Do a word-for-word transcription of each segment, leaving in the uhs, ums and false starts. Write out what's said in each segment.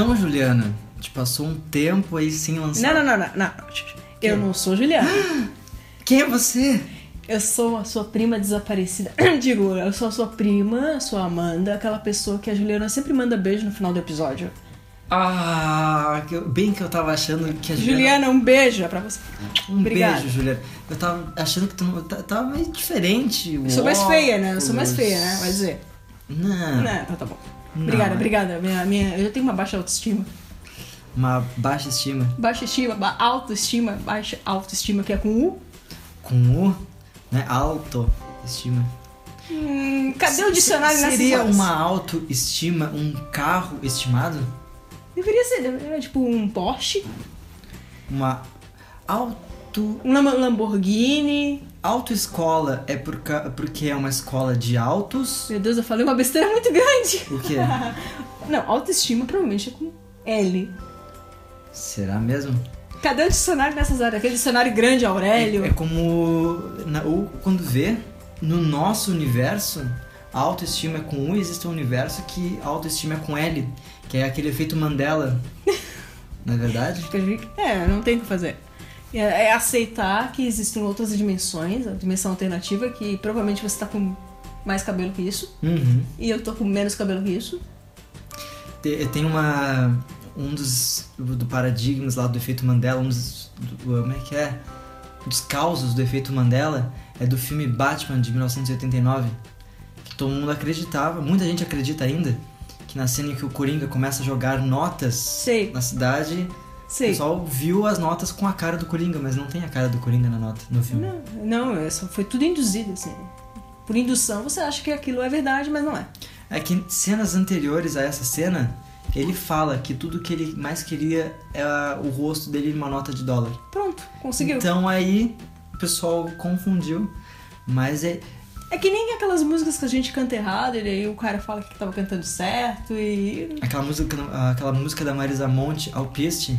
Então, Juliana, te passou um tempo aí sem lançar... Não, não, não, não, não. Eu não sou Juliana. Quem é você? Eu sou a sua prima desaparecida. Digo, eu sou a sua prima, a sua Amanda, aquela pessoa que a Juliana sempre manda beijo no final do episódio. Ah, que eu- bem que eu tava achando que a Juliana... Juliana, um beijo é pra você. Um Obrigada. beijo, Juliana. Eu tava achando que tu não... tá- Tava meio diferente. Eu sou mais feia, né? Eu sou mais feia, né? Vai dizer. Não. Não, então tá bom. Não, Obrigada, é- obrigada. Minha, minha, eu tenho uma baixa autoestima. Uma baixa estima. Baixa estima, ba- autoestima, baixa autoestima, que é com U. Com U, né? Autoestima. Hum, cadê o dicionário nessas Seria horas? uma autoestima um carro estimado? Deveria ser, deveria, tipo um Porsche, Uma auto... um Lam- Lamborghini. Autoescola é por ca- porque é uma escola de autos? Meu Deus, eu falei uma besteira muito grande. O quê? Não, autoestima provavelmente é com L. Será mesmo? Cadê o dicionário nessas horas? Aquele dicionário grande, Aurélio. É, é como... Na, ou quando vê, no nosso universo, a autoestima é com U e existe um universo que a autoestima é com L, que é aquele efeito Mandela. Não é verdade? É, não tem o que fazer. É, é aceitar que existem outras dimensões, a dimensão alternativa, que provavelmente você tá com mais cabelo que isso, Uhum. e eu tô com menos cabelo que isso. Te- Tem uma... Um dos do paradigmas lá do efeito Mandela, um dos... Do, como é que é? Um dos causos do efeito Mandela é do filme Batman de mil novecentos e oitenta e nove, que todo mundo acreditava, muita gente acredita ainda, que na cena em que o Coringa começa a jogar notas Sei. na cidade, o Sei. pessoal viu as notas com a cara do Coringa, mas não tem a cara do Coringa na nota, no filme. Não, não, é só- foi tudo induzido, assim. Por indução, você acha que aquilo é verdade, mas não é. É que cenas anteriores a essa cena, ele fala que tudo que ele mais queria era o rosto dele numa nota de dólar. Pronto, conseguiu. Então aí o pessoal confundiu, mas é... É que nem aquelas músicas que a gente canta errado, e aí o cara fala que tava cantando certo e... Aquela música, aquela música da Marisa Monte, Alpiste.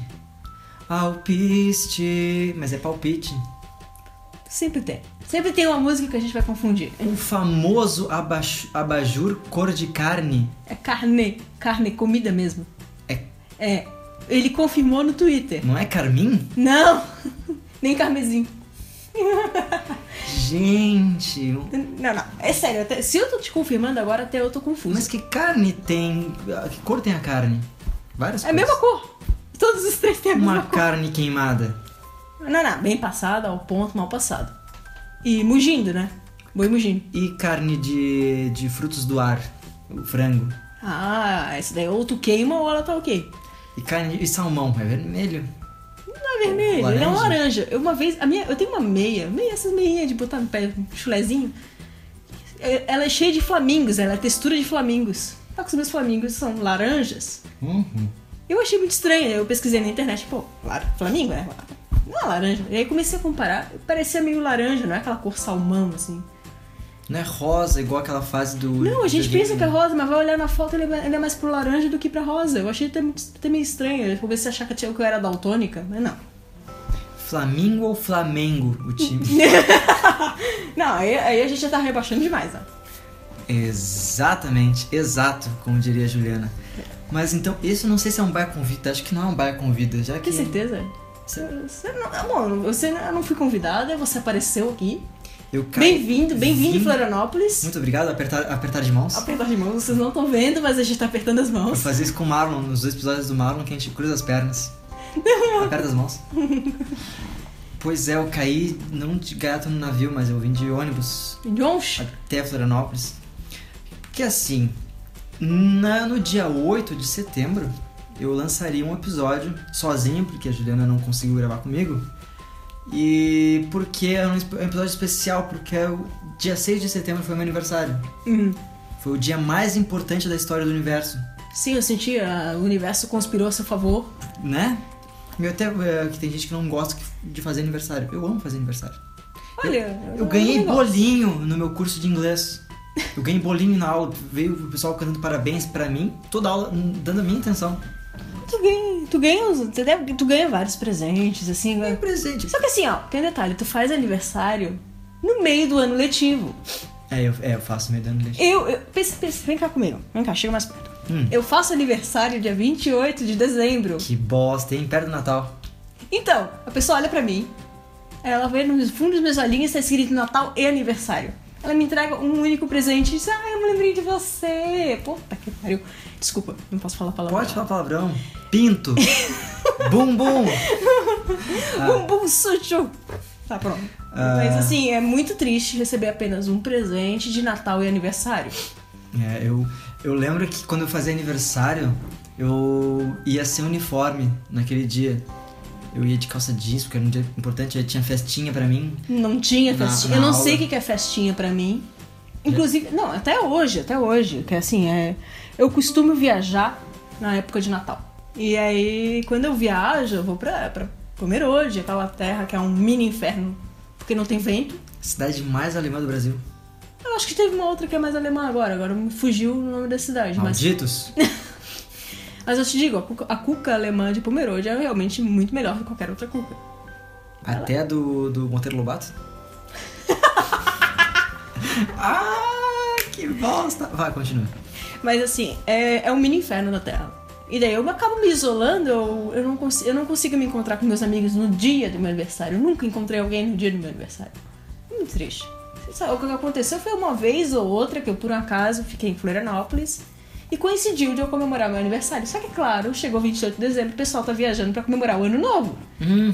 Alpiste, mas é palpite. Sempre tem. Sempre tem uma música que a gente vai confundir. O famoso abaj- abajur cor de carne. É carne. Carne, comida mesmo. É, É. Ele confirmou no Twitter. não é carmim? Não! Nem carmesim. Gente, Não, não. É sério. Até, se eu tô te confirmando agora, até eu tô confusa. mas que carne tem? Que cor tem a carne? Várias É a cores. mesma cor. Todos os três têm a mesma Uma cor. carne queimada. Não, não. Bem passada, ao ponto, mal passado. E mugindo, né? Boi mugindo. E carne de, de frutos do ar, o frango. Ah, essa daí ou tu queima ou ela tá ok. E carne de, e salmão, é vermelho. Não é vermelho, ele é um Laranja? laranja. Eu uma vez, a minha, eu tenho uma meia, meia essas meinhas de botar no pé, um chulezinho. É- Ela é cheia de flamingos, ela é textura de flamingos. Só que os meus flamingos são laranjas. Uhum. Eu achei muito estranho, eu pesquisei na internet, pô, lar- flamingo, né? Não é laranja. E aí comecei a comparar, parecia meio laranja, não é aquela cor salmão, assim. Não é rosa, igual aquela fase do... Não, a gente do- pensa que é rosa, mas vai olhar na foto, ele é ele é mais pro laranja do que pra rosa. Eu achei até, muito- até meio estranho, eu comecei a achar que eu era daltônica, mas não. Flamingo ou Flamengo, o time? Não, aí, aí a gente já tá rebaixando demais, ó. Exatamente, exato, como diria a Juliana. Mas então, esse eu não sei se é um baia convida, acho que não é um baia convida, já que... Tem certeza? Cê- Você não, amor, você não, eu não fui convidada, você apareceu aqui. Eu caí- Bem-vindo, bem-vindo em Vim- Florianópolis. Muito obrigado, apertar, apertar de mãos. Apertar de mãos, vocês não estão vendo, mas a gente tá apertando as Eu mãos. fazia isso com o Marlon, nos dois episódios do Marlon, que a gente cruza as pernas. Aperta as mãos. Pois é, eu caí não de gato no navio, mas eu vim de ônibus Jonch? até Florianópolis. Porque assim, na, no dia oito de setembro, eu lançaria um episódio sozinho, porque a Juliana não conseguiu gravar comigo. E porque é um esp- um episódio especial, porque é o dia seis de setembro foi meu aniversário. Uhum. Foi o dia mais importante da história do universo, Sim, eu senti, a- o universo conspirou a seu favor. né? E até é, que tem gente que não gosta que- de fazer aniversário. Eu amo fazer aniversário. Olha, Eu ganhei não gosto. bolinho no meu curso de inglês. Eu ganhei bolinho na aula, veio o pessoal cantando parabéns pra mim, toda aula hum, dando a minha intenção. Tu ganha, tu ganha, os- você deve- tu ganha vários presentes, assim. É presente. Só que assim, ó, tem um detalhe, tu faz aniversário no meio do ano letivo. É, eu, é, eu faço meio dano leite. Eu, eu pensa, pensa, vem cá comigo, vem cá, chega mais perto. Hum. Eu faço aniversário dia vinte e oito de dezembro. Que bosta, hein? Perto do Natal. Então, a pessoa olha pra mim, ela vê no fundo dos meus olhinhos, tá escrito Natal e aniversário. Ela me entrega um único presente e diz, ah, eu me lembrei de você. Puta que pariu. Desculpa, não posso falar palavrão. Pode falar palavrão. Pinto. Bum, bum. Ah. Bum, bum, sujo. Tá, pronto. Ah. Mas assim, é muito triste receber apenas um presente de Natal e aniversário. É, eu, eu lembro que quando eu fazia aniversário, eu ia sem uniforme naquele dia. Eu ia de calça jeans, porque era um dia importante, aí tinha festinha pra mim. Não tinha na, festinha. Na eu não aula. sei o que é festinha pra mim. Inclusive, é. não, até hoje, até hoje. Que assim, é, eu costumo viajar na época de Natal. E aí, quando eu viajo, eu vou pra, pra Pomerode, aquela terra que é um mini inferno, porque não tem vento. Cidade mais alemã do Brasil. Eu acho que teve uma outra que é mais alemã agora, agora me fugiu o nome da cidade. Malditos? Mas... Mas eu te digo, a cuca, a cuca alemã de Pomerode é realmente muito melhor do que qualquer outra cuca. Até Ela... a do, do Monteiro Lobato? Ah, que bosta! Vai, continua. Mas assim, é, é um mini inferno da Terra. E daí eu acabo me isolando, eu, eu, não consigo, eu não consigo me encontrar com meus amigos no dia do meu aniversário. Eu nunca encontrei alguém no dia do meu aniversário. Muito triste. Sabe, o que aconteceu foi uma vez ou outra que eu, por um acaso, fiquei em Florianópolis e coincidiu de eu comemorar meu aniversário. Só que, claro, chegou vinte e oito de dezembro, o pessoal tá viajando pra comemorar o Ano Novo. Uhum.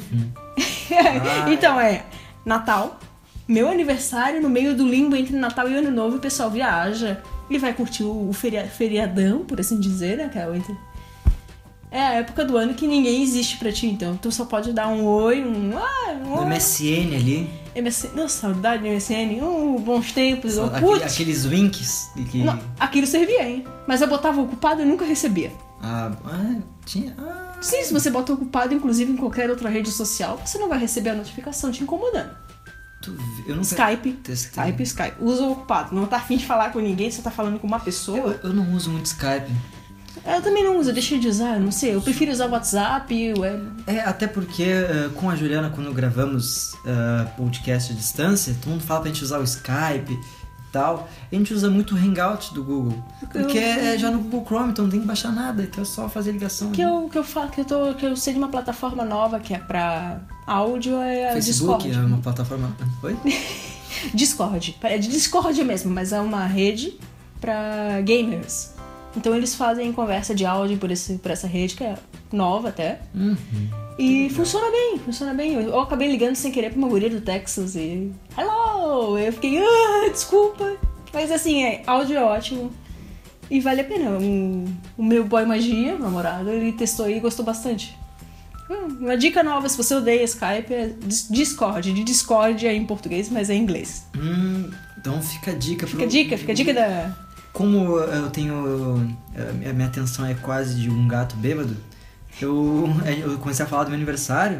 Então é Natal, meu aniversário, no meio do limbo entre Natal e Ano Novo, o pessoal viaja e vai curtir o feria- feriadão, por assim dizer, né? Que é, o entre... é a época do ano que ninguém existe pra ti, então tu só pode dar um oi, um... Ah, um M S N ali. M S N, nossa, saudade do M S N, uh, bons tempos, Aquele, aqueles winks. Que... Não, aquilo servia, hein? Mas eu botava ocupado e nunca recebia. Ah, ah tinha... Ah. Sim, se você bota ocupado, inclusive em qualquer outra rede social, você não vai receber a notificação te incomodando. Tu, eu nunca Skype, testei. Skype, Skype. Usa o ocupado. Não tá afim de falar com ninguém, você tá falando com uma pessoa. Eu, eu não uso muito Skype. Eu também não uso, eu deixei de usar, não sei. Eu prefiro usar o WhatsApp, o web. É, até porque uh, com a Juliana, quando gravamos uh, podcast à distância, todo mundo fala pra gente usar o Skype e tal. A gente usa muito o Hangout do Google. Porque eu... é já no Google Chrome, então não tem que baixar nada, que é só fazer ligação. Que eu, que eu falo, que eu tô, que eu sei de uma plataforma nova que é pra áudio, é a Facebook Discord. é uma plataforma... Oi? Discord. É de Discord mesmo, mas é uma rede pra gamers. Então eles fazem conversa de áudio por, esse, por essa rede, que é nova até. Uhum. E funciona bem, funciona bem. Eu, eu acabei ligando sem querer pra uma guria do Texas e... Hello! Eu fiquei, ah, desculpa. Mas assim, é, áudio é ótimo. E vale a pena. Um, o meu boy magia, meu namorado, ele testou e gostou bastante. Uma dica nova, se você odeia Skype, é Discord. De Discord é em português, mas é em inglês. Hum, então fica a dica. Fica pro... a dica, fica a dica da... Como eu tenho... A minha atenção é quase de um gato bêbado, eu, eu comecei a falar do meu aniversário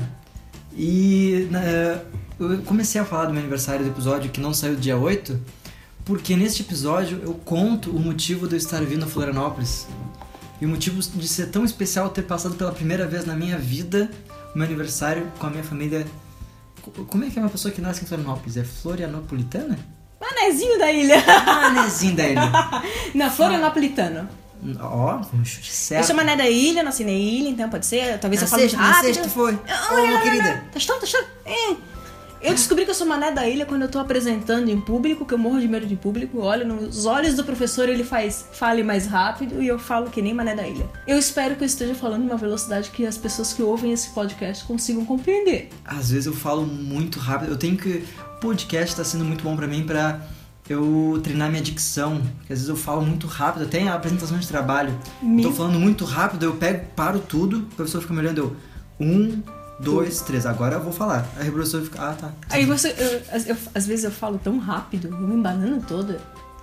e eu comecei a falar do meu aniversário do episódio que não saiu dia oito, porque neste episódio eu conto o motivo de eu estar vindo a Florianópolis. E o motivo de ser tão especial ter passado pela primeira vez na minha vida o meu aniversário com a minha família. Como é que é uma pessoa que nasce em Florianópolis? É florianopolitana? Manezinho da ilha. Manezinho da ilha. Não, florianopolitano. Ó, oh, um chute certo. Eu sou mané da ilha, nasci na ilha, então pode ser. Talvez na eu fale sexta, rápido. Na sexta foi. Ô, oh, oh, querida. Tá chutando, tá chutando. É. Eu descobri que eu sou mané da ilha quando eu tô apresentando em público, que eu morro de medo de público. Olho nos olhos do professor, ele faz fale mais rápido e eu falo que nem mané da ilha. Eu espero que eu esteja falando em uma velocidade que as pessoas que ouvem esse podcast consigam compreender. Às vezes eu falo muito rápido. Eu tenho que... O podcast tá sendo muito bom pra mim pra eu treinar minha dicção. Porque às vezes eu falo muito rápido. Até em apresentação de trabalho. Me... Tô falando muito rápido, eu pego, paro tudo. O professor fica me olhando, eu... Um... Dois, três, agora eu vou falar. Aí o professor fica, ah, tá. Aí você, eu, eu, às vezes eu falo tão rápido, eu me embanando toda,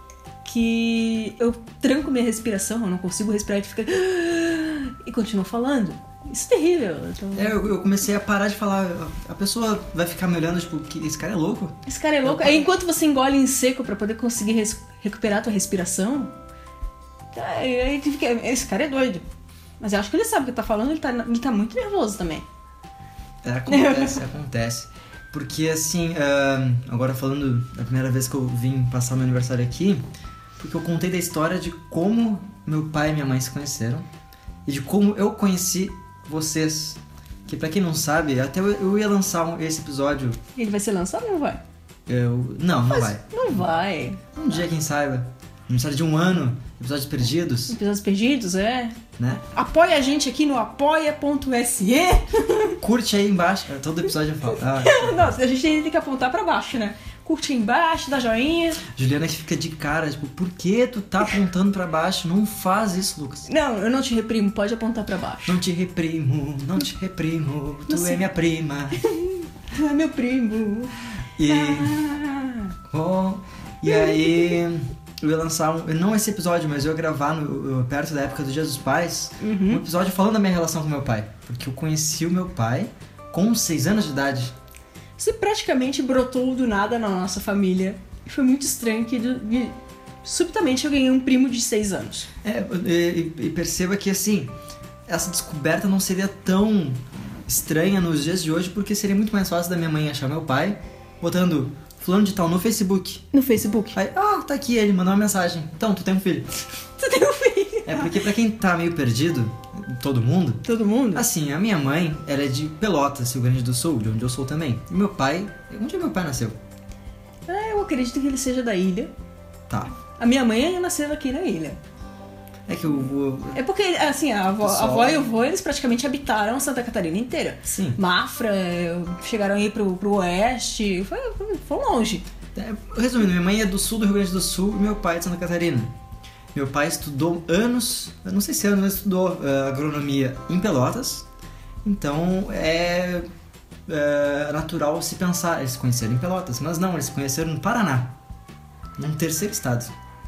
que eu tranco minha respiração, eu não consigo respirar e fica... E continuo falando. Isso é terrível. Então... É, eu, eu comecei a parar de falar. A pessoa vai ficar me olhando, tipo, que esse cara é louco. Esse cara é louco. Eu... Aí enquanto você engole em seco pra poder conseguir res... recuperar a tua respiração, aí, aí fica... Esse cara é doido. Mas eu acho que ele sabe o que tá falando, ele tá, ele tá muito nervoso também. É, acontece, acontece. Porque assim, uh, agora falando da primeira vez que eu vim passar meu aniversário aqui, porque eu contei da história de como meu pai e minha mãe se conheceram e de como eu conheci vocês. Que pra quem não sabe, até eu, eu ia lançar um, esse episódio. Ele vai ser lançado ou não vai? Eu, não, não Mas vai. Não vai. Um dia, quem saiba. Aniversário de um ano, episódios perdidos, Episódios perdidos, é. né? Apoia a gente aqui no apoia.se. Curte aí embaixo. Todo episódio eu falo. Ah, Nossa, a gente tem que apontar pra baixo, né? Curte aí embaixo, dá joinha. Juliana que fica de cara, tipo, por que tu tá apontando pra baixo? Não faz isso, Lucas. Não, eu não te reprimo, pode apontar pra baixo. Não te reprimo, não te reprimo, tu Não é sei. minha prima. Tu é meu primo. E, Ah. oh, e aí eu ia lançar um, não esse episódio, mas eu ia gravar no, perto da época do Dia dos Pais, Uhum. um episódio falando da minha relação com meu pai. Porque eu conheci o meu pai com seis anos de idade. Você praticamente brotou do nada na nossa família. E foi muito estranho que do- e, subitamente eu ganhei um primo de seis anos. É, e, e perceba que assim, essa descoberta não seria tão estranha nos dias de hoje, porque seria muito mais fácil da minha mãe achar meu pai, botando fulano de tal no Facebook. No Facebook. Aí, ah, tá aqui ele, mandou uma mensagem. Então, tu tem um filho. Tu tem um filho. É porque pra quem tá meio perdido, todo mundo, Todo mundo? assim, a minha mãe, ela é de Pelotas, Rio Grande do Sul, de onde eu sou também. E meu pai, onde meu pai nasceu? É, eu acredito que ele seja da ilha. Tá. A minha mãe nasceu aqui na ilha. É que eu vou... É porque, assim, a avó, a Pessoal- avó e o avô, eles praticamente habitaram Santa Catarina inteira. Sim. Mafra, chegaram aí pro, pro oeste, foi, foi, foi longe. É, resumindo, minha mãe é do sul do Rio Grande do Sul e meu pai é de Santa Catarina. Meu pai estudou anos, eu não sei se anos, mas estudou uh, agronomia em Pelotas. Então é, é natural se pensar, eles se conheceram em Pelotas, mas não, eles se conheceram no Paraná, num terceiro estado.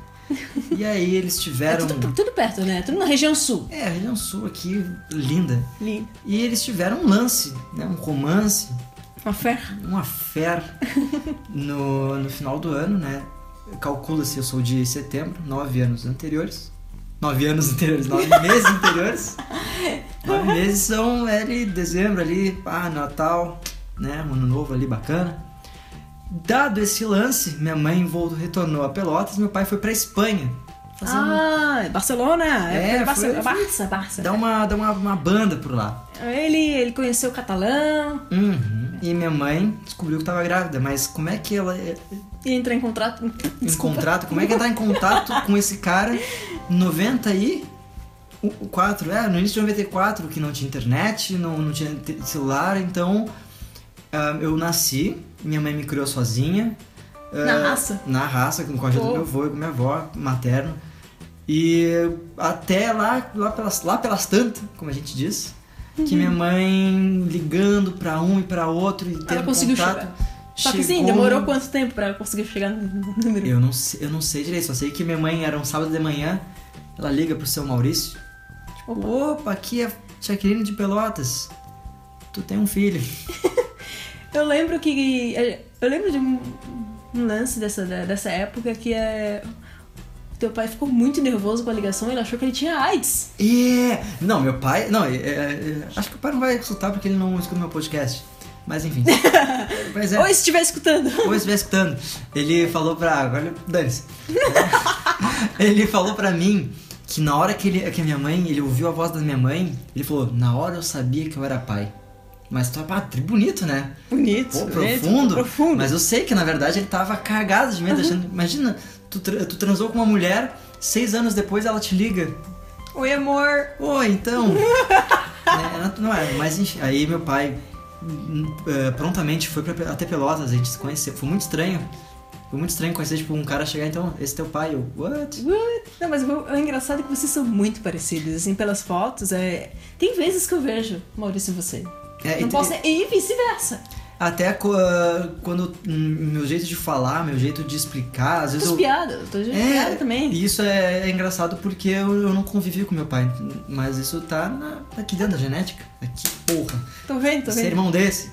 E aí eles É tiveram... tudo, tudo perto, né? Tudo na região sul. É, a região sul aqui, linda. Lindo. E eles tiveram um lance, né, um romance, Uma fé. uma fé no, no final do ano, né? Calcula-se, eu sou de setembro, nove anos anteriores. Nove anos anteriores, nove meses anteriores. Nove meses são ali, dezembro ali, ah, Natal, né? Um ano novo ali bacana. Dado esse lance, minha mãe voltou, retornou a Pelotas, meu pai foi pra Espanha. Fazer um- Ah, Barcelona. É, É, Barcelona. foi- Barça, Barça. dar uma, dar uma, uma banda por lá. Ele, ele conheceu o catalão. Uhum. E minha mãe descobriu que tava grávida, mas como é que ela E entrou em contrato. em Desculpa. contrato, como é que entrar em contato com esse cara em noventa e quatro, é, no início de noventa e quatro, que não tinha internet, não, não tinha te- celular, então ah, eu nasci, minha mãe me criou sozinha. ah, Na raça? Na raça, com a ajuda do Oh. meu avô e com minha avó materno. E até lá, lá, pelas, lá pelas tantas, como a gente diz, que Uhum. minha mãe ligando pra um e pra outro e tendo conseguiu contato. chegar. Só que sim, Chegou- demorou quanto tempo pra conseguir chegar no número? Eu não, sei, eu não sei direito, só sei que minha mãe era um sábado de manhã, ela liga pro seu Maurício. Tipo, opa, aqui é a Jaqueline de Pelotas. Tu tem um filho. Eu lembro que. Eu lembro de um, um lance dessa, dessa época que é. Teu pai ficou muito nervoso com a ligação, ele achou que ele tinha AIDS. É, não, meu pai. Não, é, é, acho que o pai não vai escutar porque ele não escuta meu podcast. Mas enfim. Mas é. Ou se estiver escutando. Ou estiver escutando. Ele falou pra. Agora, dane-se. Ele falou pra mim que na hora que, ele, que a minha mãe, ele ouviu a voz da minha mãe, ele falou: na hora eu sabia que eu era pai. Mas tu é pá, tri bonito, né? Bonito. Pô, bonito, profundo. profundo. Mas eu sei que na verdade ele tava cagado de medo, achando. Imagina, tu, tra- tu transou com uma mulher, seis anos depois ela te liga. Oi, amor. Oi, então. é, não é, mas enfim, aí meu pai hum, eh, prontamente foi pra, até Pelotas, a gente se conheceu. Foi muito estranho. Foi muito estranho conhecer, tipo, um cara chegar, então, esse é teu pai, eu, what? What? Não, mas o o engraçado é que vocês são muito parecidos, assim, pelas fotos. É... Tem vezes que eu vejo Maurício e você. É, Não e- posso... E vice-versa. Até co- quando hum, meu jeito de falar, meu jeito de explicar, às vezes As eu. piadas, eu tô de piada também. E isso é, é engraçado porque eu, eu não convivi com meu pai, mas isso tá na- aqui dentro da genética. Aqui, porra. Tô vendo, tô Ser vendo. irmão desse.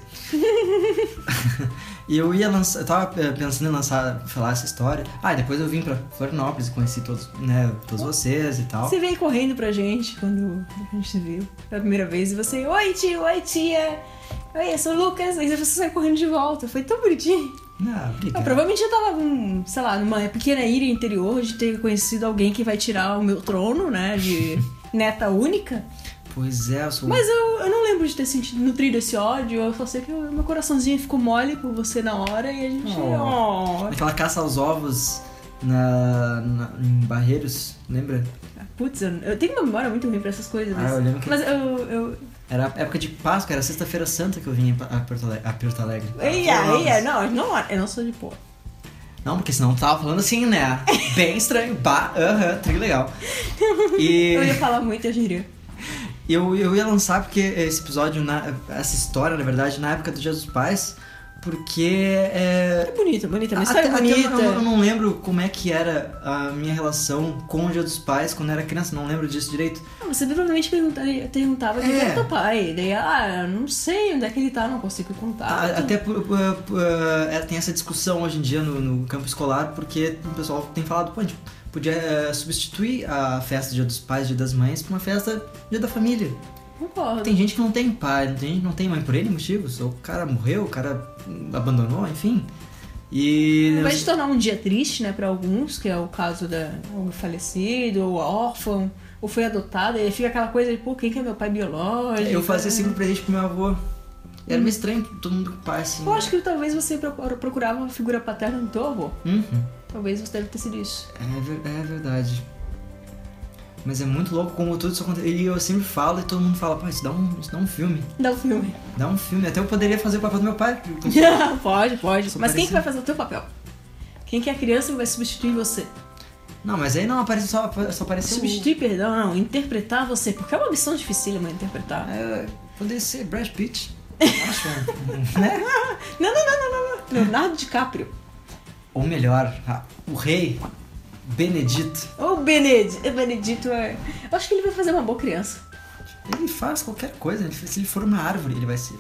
E eu ia lançar, eu tava eh, pensando em lançar, falar essa história. Ah, e depois eu vim pra Florianópolis, conheci todos, né, todos vocês e tal. Você veio correndo pra gente quando a gente se viu pela primeira vez e você, oi tio, oi tia, oi, eu sou o Lucas, aí você saiu correndo de volta, foi tão bonitinho. Ah, obrigado. Eu, provavelmente eu tava, hum, sei lá, numa pequena ilha interior de ter conhecido alguém que vai tirar o meu trono, né? De neta única. Pois é, eu sou... Mas eu, eu não lembro de ter sentido, nutrido esse ódio. Eu só sei que o meu coraçãozinho ficou mole por você na hora e a gente... Oh. Oh. Aquela caça aos ovos na, na, em Barreiros, lembra? Putz, eu, eu tenho uma memória muito ruim pra essas coisas. Mas, Ah, eu lembro que... mas eu... eu... Era época de Páscoa, era sexta-feira santa que eu vinha a Porto Alegre. A Porto Alegre. Eia, eia, não, não, eu não sou de pô. Não, porque senão eu tava falando assim, né? Bem estranho. Bah, aham, uh-huh, tri legal. E... Eu ia falar muito, eu diria. Eu, eu ia lançar porque esse episódio, na, essa história, na verdade, na época do Dia dos Pais, porque é... É bonita, bonita, uma até, história bonita. Até eu, eu não lembro como é que era a minha relação com o Dia dos Pais quando eu era criança, não lembro disso direito. Ah, você provavelmente perguntava, perguntava quem É. era teu pai. Daí, ah, não sei onde é que ele tá, não consigo contar. A- Até por, por- por- é, tem essa discussão hoje em dia no, no campo escolar, porque o pessoal tem falado, pô, a gente podia é, substituir a festa Dia dos Pais, Dia das Mães, por uma festa Dia da Família. Concordo. Tem gente que não tem pai, tem gente que não tem mãe por N motivos, ou o cara morreu, o cara abandonou, enfim. E... Vai se tornar um dia triste, né, pra alguns, que é o caso da algum falecido, ou órfão, ou foi adotado, e aí fica aquela coisa de, pô, quem que é meu pai biológico? Eu fazia sempre presente pro meu avô. E era meio estranho todo mundo com pai assim. Eu acho que talvez você procura- procurava uma figura paterna no teu avô. Uhum. Talvez você deve ter sido isso. É, ver- é verdade. Mas é muito louco como tudo isso acontece. E eu sempre falo e todo mundo fala, pô, isso dá um, isso dá um filme. Dá o filme. Dá um filme. Até eu poderia fazer o papel do meu pai. Pode, pode. Só Mas quem parecido. que vai fazer o teu papel? Quem que é a criança que vai substituir você? Não, mas aí não aparece só, só apareceu Substituir, perdão, não. Interpretar você. Porque é uma missão dificílima interpretar. o... É, poderia ser Brad Pitt. Acho, né? Não, não, não, não, não, não. Leonardo DiCaprio. Ou melhor, ah, o rei Benedito. Ô, Benedito. Benedito é... Eu acho que ele vai fazer uma boa criança. Ele faz qualquer coisa. ele- Se ele for uma árvore, ele vai ser.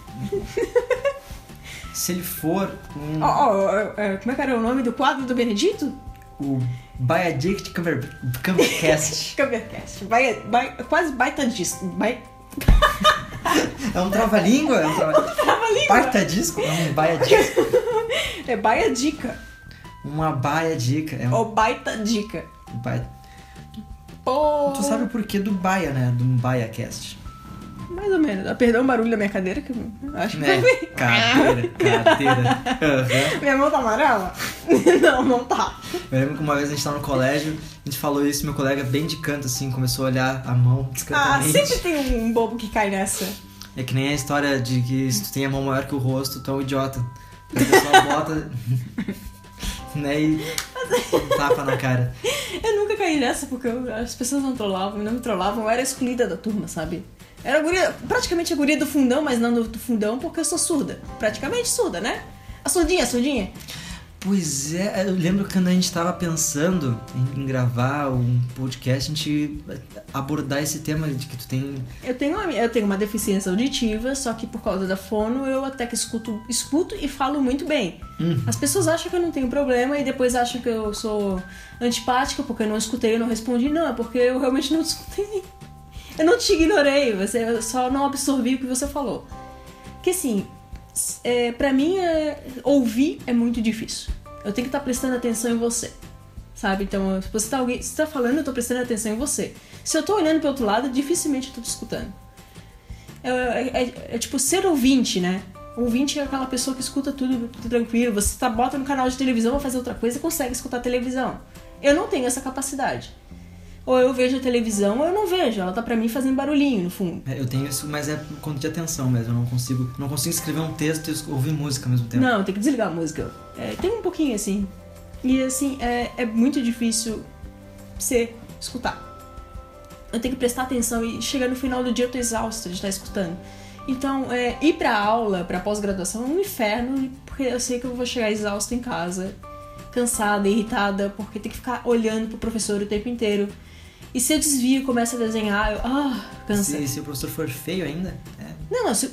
Se ele for um... Ó, ó, ó, é, como é que era o nome do quadro do Benedito? O Benedict Cumber- Cumbercast. Cumbercast. Vai, vai, quase baita disco. Vai... É um trava-língua? É um trava... Trava-língua. Baita disco? É um baia disco. É baia dica. Uma baia dica. É um Ou baita dica. baia... Pô. Tu sabe o porquê do baia, né? Do BaiaCast. Mais ou menos. Ah, perdão o barulho da minha cadeira, que eu acho que Né? foi. Cadeira, cadeira. Aham. Minha mão tá amarela? Não, não tá. Eu lembro que uma vez a gente tava no colégio, a gente falou isso, meu colega bem de canto, assim, começou a olhar a mão Ah, discretamente. sempre tem um bobo que cai nessa. É que nem a história de que se tu tem a mão maior que o rosto, tu é um idiota. A pessoa bota, né, e um tapa na cara. Eu nunca caí nessa porque eu- as pessoas não trollavam, não me trollavam, eu era excluída da turma, sabe? Era a guria, praticamente a guria do fundão, mas não do, do fundão porque eu sou surda. Praticamente surda, né? A surdinha, a surdinha. Pois é, eu lembro que quando a gente tava pensando em, em gravar um podcast, a gente abordar esse tema de que tu tem... Eu tenho, uma, eu tenho uma deficiência auditiva, só que por causa da fono eu até que escuto, escuto e falo muito bem. Hum. As pessoas acham que eu não tenho problema e depois acham que eu sou antipática porque eu não escutei, eu não respondi. Não, é porque eu realmente não escutei. Eu não te ignorei, você, eu só não absorvi o que você falou. Porque assim, é, pra mim, é, ouvir é muito difícil. Eu tenho que estar prestando atenção em você, sabe? Então, se você tá, alguém, se tá falando, eu tô prestando atenção em você. Se eu tô olhando pro outro lado, dificilmente eu tô te escutando. É, é, é, é tipo ser ouvinte, né? Ouvinte é aquela pessoa que escuta tudo, tudo tranquilo. Você tá, bota no canal de televisão, vai fazer outra coisa e consegue escutar a televisão. Eu não tenho essa capacidade. Ou eu vejo a televisão ou eu não vejo. Ela tá pra mim fazendo barulhinho no fundo. É, eu tenho isso, mas é por conta de atenção mesmo. Eu não consigo, não consigo escrever um texto e ouvir música ao mesmo tempo. Não, tem que desligar a música. É, tem um pouquinho assim. E assim, é, é muito difícil você escutar. Eu tenho que prestar atenção e chegar no final do dia eu tô exausta de estar escutando. Então, é, ir pra aula, pra pós-graduação é um inferno, porque eu sei que eu vou chegar exausta em casa, cansada, irritada, porque tem que ficar olhando pro professor o tempo inteiro. E se eu desvio e começo a desenhar, eu... Ah, cansa. Se, se o professor for feio ainda, é. Não, não, se...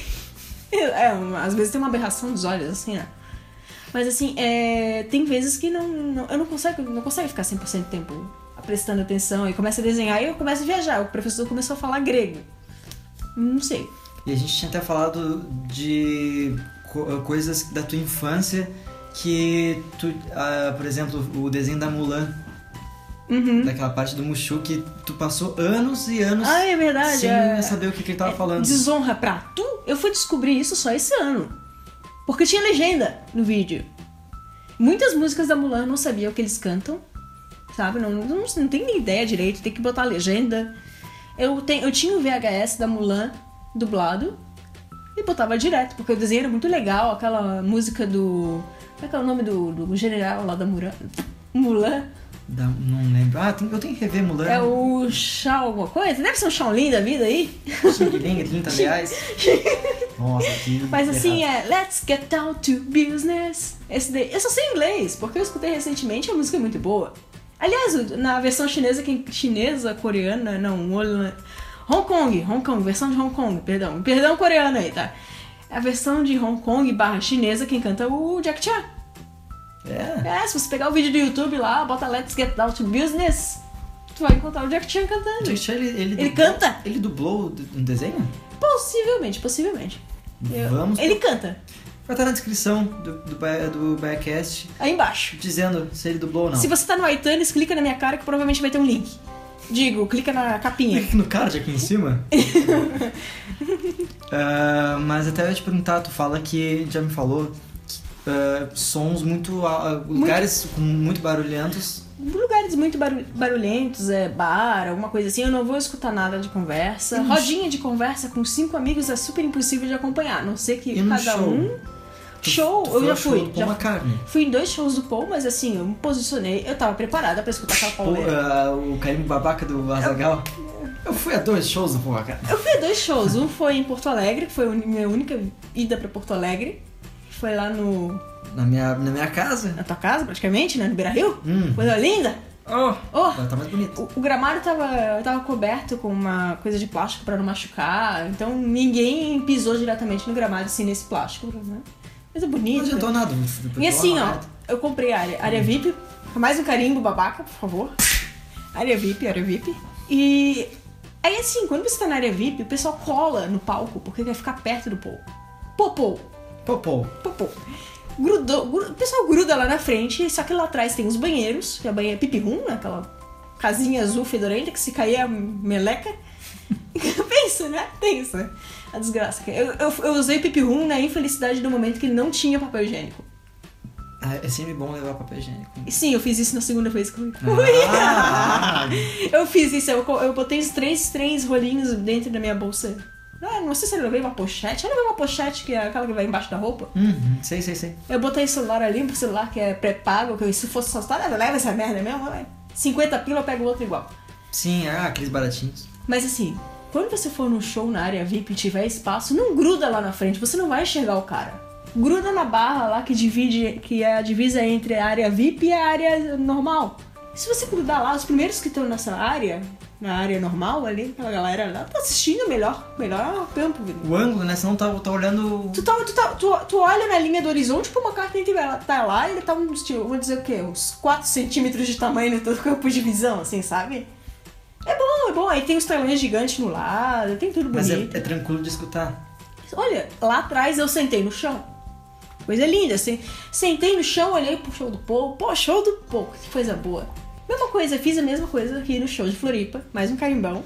é, às vezes tem uma aberração dos olhos, assim, né? Mas assim, é... tem vezes que não, não, eu não consigo, não consigo ficar cem por cento do tempo prestando atenção e começo a desenhar e eu começo a viajar. O professor começou a falar grego. Não sei. E a gente tinha até falado de co- coisas da tua infância que, tu, ah, por exemplo, o desenho da Mulan, Uhum. daquela parte do Mushu, que tu passou anos e anos Ah, é verdade. sem é... saber o que, que ele tava é falando. Desonra pra tu? Eu fui descobrir isso só esse ano. Porque tinha legenda no vídeo. Muitas músicas da Mulan eu não sabia o que eles cantam. Sabe? Não, não, não tenho nem ideia direito. Tem que botar a legenda. Eu, tenho, eu tinha o V H S da Mulan dublado. E botava direto. Porque o desenho era muito legal. Aquela música do... Como é que é o nome do, do general lá da Mulan? Mulan? Da, não lembro. Ah, tem, eu tenho que rever Mulan. É o Shao alguma coisa? Deve ser um Shaolin da vida aí. Xing Ling, trinta reais. Nossa, que Mas assim, errado. é Let's Get Down to Business. Esse daí, eu só sei inglês, porque eu escutei recentemente e a música é muito boa. Aliás, na versão chinesa, quem, chinesa, coreana, não, Hong Kong, Hong Kong, versão de Hong Kong, perdão. Perdão coreano aí, tá? A versão de Hong Kong barra chinesa, quem canta é o Jack Chan. É. É, se você pegar o vídeo do YouTube lá, bota Let's Get Down to Business, tu vai encontrar o Jack Chan cantando. Jack Chan, ele, ele, Ele dublou- canta? Ele dublou um desenho? Possivelmente, possivelmente. Eu- Vamos. Ele canta. Vai estar na descrição do, do, ba- do Biacast Aí embaixo. dizendo se ele dublou ou não. Se você tá no iTunes, clica na minha cara que provavelmente vai ter um link. Digo, clica na capinha. Clica no card aqui em cima. Ah, mas até eu ia te perguntar, tu fala que já me falou que, ah, sons muito, ah, lugares com muito barulhentos. Lugares muito baru- barulhentos, é bar, alguma coisa assim, eu não vou escutar nada de conversa. E no Rodinha de conversa com cinco amigos é super impossível de acompanhar, a não ser que E no cada show? um... Tu- Show, tu eu foi já ao show fui. do Paul Já McCartney. fui em dois shows do Paul, mas assim, eu me posicionei, eu tava preparada pra escutar aquela Pô, pauleira. ah, o carimbo babaca do Azaghal. Eu fui a dois shows do Paul McCartney. Eu fui a dois shows, um foi em Porto Alegre, que foi a minha única ida pra Porto Alegre. Foi lá no... Na minha, na minha casa. na tua casa, praticamente, né, no Beira-Rio. Hum. Coisa linda. Oh, Oh, agora tá mais bonito. O, o gramado tava, tava coberto com uma coisa de plástico pra não machucar, então ninguém pisou diretamente no gramado assim nesse plástico, né? Coisa Não bonita. adiantou nada. E assim, ó, eu comprei a área, área V I P, mais um carimbo babaca, por favor. Área V I P, área V I P. E aí assim, quando você tá na área V I P, o pessoal cola no palco porque quer ficar perto do Paul. Popô, Popô. popô. Grudou, gru- o pessoal gruda lá na frente, só que lá atrás tem os banheiros, que é a banheira pipi rum, né? Aquela casinha azul fedorenta que se cair a meleca. Pensa, né? Pensa. A desgraça. Eu, eu, eu usei pipi rum na infelicidade do momento que não tinha papel higiênico. Ah, é sempre bom levar papel higiênico. E sim, eu fiz isso na segunda vez que eu fui. Ah, Eu fiz isso, eu, eu botei os três, três rolinhos dentro da minha bolsa. Ah, não sei se eu levei uma pochete. Eu levei uma pochete, que é aquela que vai embaixo da roupa. uhum, sei, sei, sei. Eu botei o celular ali, pro celular que é pré-pago, que eu, se fosse só leva, leva essa merda mesmo, vai. cinquenta pila eu pego outro igual. Sim, ah, aqueles baratinhos. Mas assim, quando você for num show na área V I P e tiver espaço, não gruda lá na frente, você não vai enxergar o cara. Gruda na barra lá que divide, que é a divisa entre a área V I P e a área normal. Se você grudar lá, os primeiros que estão nessa área, na área normal ali, aquela galera lá, tá assistindo melhor, melhor campo, viu? O ângulo, né? Senão tá, tá olhando. Tu, tá, tu, tá, tu, tu olha na linha do horizonte, tipo, uma carta tá lá e ele tá uns, tipo, vou dizer o quê? Uns quatro centímetros de tamanho no teu campo de visão, assim, sabe? É bom, é bom. Aí tem os telões gigantes no lado, tem tudo Mas é, bonito. é tranquilo de escutar. Olha, lá atrás eu sentei no chão. Coisa linda, assim. Sentei no chão, olhei pro show do Paul. Pô, show do Paul, que coisa boa. Mesma coisa, fiz a mesma coisa aqui no show de Floripa. Mais um carimbão.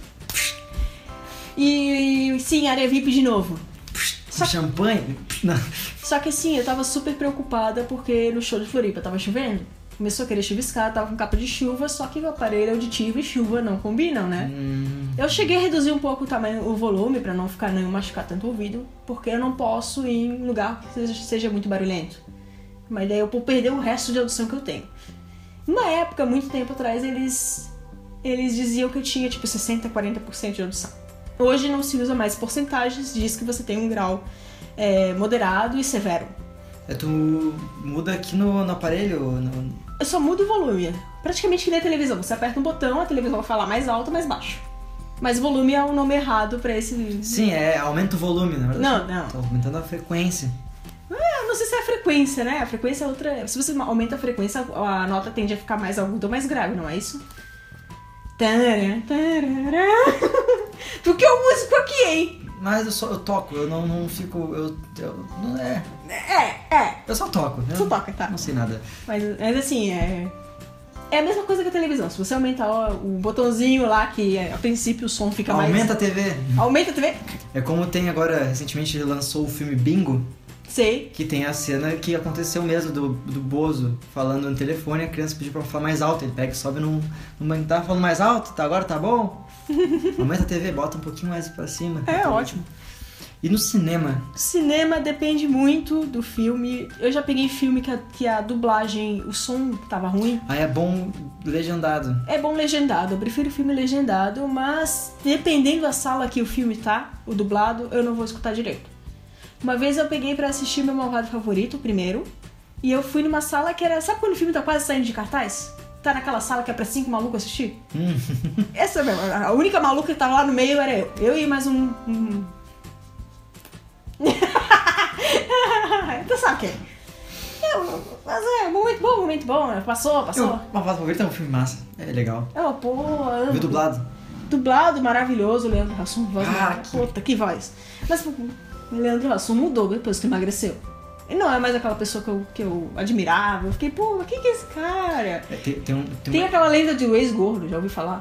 E sim, área V I P de novo. Só, Champanhe? Não. só que assim, eu tava super preocupada porque no show de Floripa tava chovendo. Começou a querer chuviscar, tava com capa de chuva, só que o aparelho auditivo e chuva não combinam, né? Hum, Eu cheguei a reduzir um pouco o tamanho, o volume, pra não ficar não machucar tanto o ouvido, porque eu não posso ir em lugar que seja, seja muito barulhento. Mas daí eu vou perder o resto de audição que eu tenho. Uma época, muito tempo atrás, eles eles diziam que eu tinha tipo sessenta, quarenta por cento de audição. Hoje não se usa mais porcentagens, diz que você tem um grau é, moderado e severo. é, tu muda aqui no, no aparelho? No... Eu só mudo o volume. Praticamente que nem a televisão. Você aperta um botão, a televisão vai falar mais alto ou mais baixo. Mas volume é o nome errado pra esse... Sim, é, aumenta o volume, na verdade. Não, não. Tá aumentando a frequência. Eu não sei se é a frequência, né? A frequência é outra... Se você aumenta a frequência, a nota tende a ficar mais aguda ou mais grave, não é isso? Tarará, tarará. Tu que é o músico aqui, hein? Mas eu só eu toco, eu não, não fico. Eu, eu não é. É, é. Eu só toco. Eu Só toca, tá. Não sei nada. Mas, mas assim, é. É a mesma coisa que a televisão. Se você aumentar o, o botãozinho lá, que a princípio o som fica mais. Aumenta a T V. Aumenta a T V? É como tem agora, recentemente lançou o filme Bingo, Sei. que tem a cena que aconteceu mesmo do, do Bozo falando no telefone, a criança pediu pra falar mais alto, ele pega e sobe num, num banco, tá falando mais alto, tá, agora tá bom? Aumenta a T V, bota um pouquinho mais pra cima. É tá ótimo. E no cinema? Cinema depende muito do filme. Eu já peguei filme que a, que a dublagem, o som tava ruim. Aí é bom legendado. É bom legendado, eu prefiro filme legendado, mas dependendo da sala que o filme tá, o dublado, eu não vou escutar direito. Uma vez eu peguei pra assistir meu Malvado Favorito, o primeiro, e eu fui numa sala que era... Sabe quando o filme tá quase saindo de cartaz? Tá naquela sala que é pra cinco malucos assistir? Hum. Essa mesmo, a única maluca que tava lá no meio era eu. Eu e mais um... um... Tu sabe quem? Eu, mas é, momento bom, momento bom. Passou, passou. Eu, Malvado Favorito é um filme massa, é legal. É uma porra. Viu dublado? Dublado, maravilhoso, Leandro Hassum, voz Ah, maravilhosa. que- Puta, que voz. Mas o Leandro Hassum mudou depois que emagreceu. Ele não é mais aquela pessoa que eu, que eu admirava. Eu fiquei, pô, mas quem que é esse cara? É, tem, tem um... Tem, Tem uma, aquela lenda de o ex-gordo, já ouvi falar?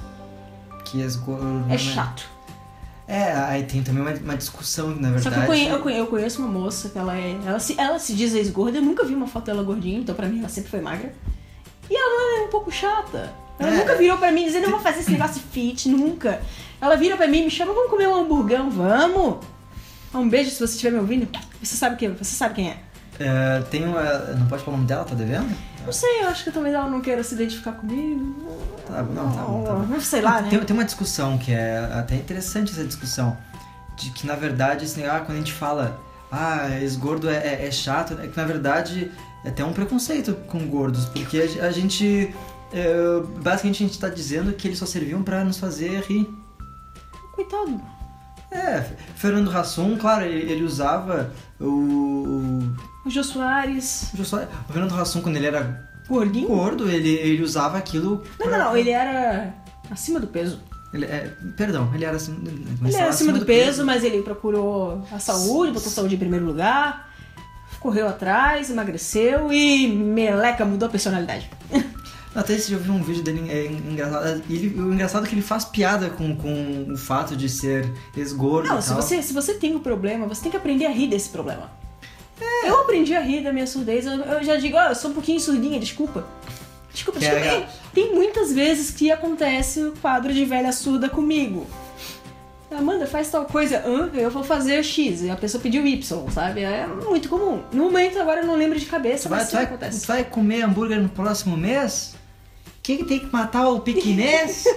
que é, esgo- É chato. É, aí tem também uma, uma discussão, na verdade. Só que eu conheço, eu conhe- eu conheço uma moça que ela é. Ela se, ela se diz ex-gorda, eu nunca vi uma foto dela gordinha, então pra mim ela sempre foi magra. E ela é um pouco chata. Ela É. nunca virou pra mim dizendo, eu vou fazer esse negócio fit, nunca. Ela vira pra mim e me chama, vamos comer um hamburgão, vamos! Um beijo se você estiver me ouvindo. Você sabe quem, você sabe quem é. É, tem uma... Não pode falar o nome dela, tá devendo? Não sei, eu acho que talvez ela não queira se identificar comigo. Tá, não, tá bom, tá bom. Não sei lá, né? Tem, tem uma discussão que é até interessante essa discussão. De que, na verdade, assim, ah, quando a gente fala ah, ex-gordo é, é, é chato, é que, na verdade, é até um preconceito com gordos. Porque a, a gente... É, basicamente, a gente tá dizendo que eles só serviam pra nos fazer rir. Coitado. É, Fernando Hassum, claro, ele, ele usava o... O Jô Soares, O, o Fernando Hassum, quando ele era gordinho. gordo, ele, ele usava aquilo... Não, pra- não, não, ele era acima do peso. Ele, é, perdão, ele era assim... Ele era acima do peso, mas ele procurou a saúde, botou a saúde em primeiro lugar, correu atrás, emagreceu e meleca, mudou a personalidade. Até esse dia eu vi um vídeo dele é, engraçado. Ele, o engraçado é que ele faz piada com, com o fato de ser ex-gordo Não, e se tal. você, se você tem um problema, você tem que aprender a rir desse problema. Eu aprendi a rir da minha surdez, eu, eu já digo, ó, eu sou um pouquinho surdinha, desculpa. Desculpa, Que desculpa. é- Tem, tem muitas vezes que acontece o quadro de velha surda comigo. Amanda, faz tal coisa, Hã? Eu vou fazer X, e a pessoa pediu Y, sabe? É muito comum. No momento agora eu não lembro de cabeça, Tu vai, mas tu, sempre vai, acontece. tu vai comer hambúrguer no próximo mês? Quem que tem que matar o pequinês?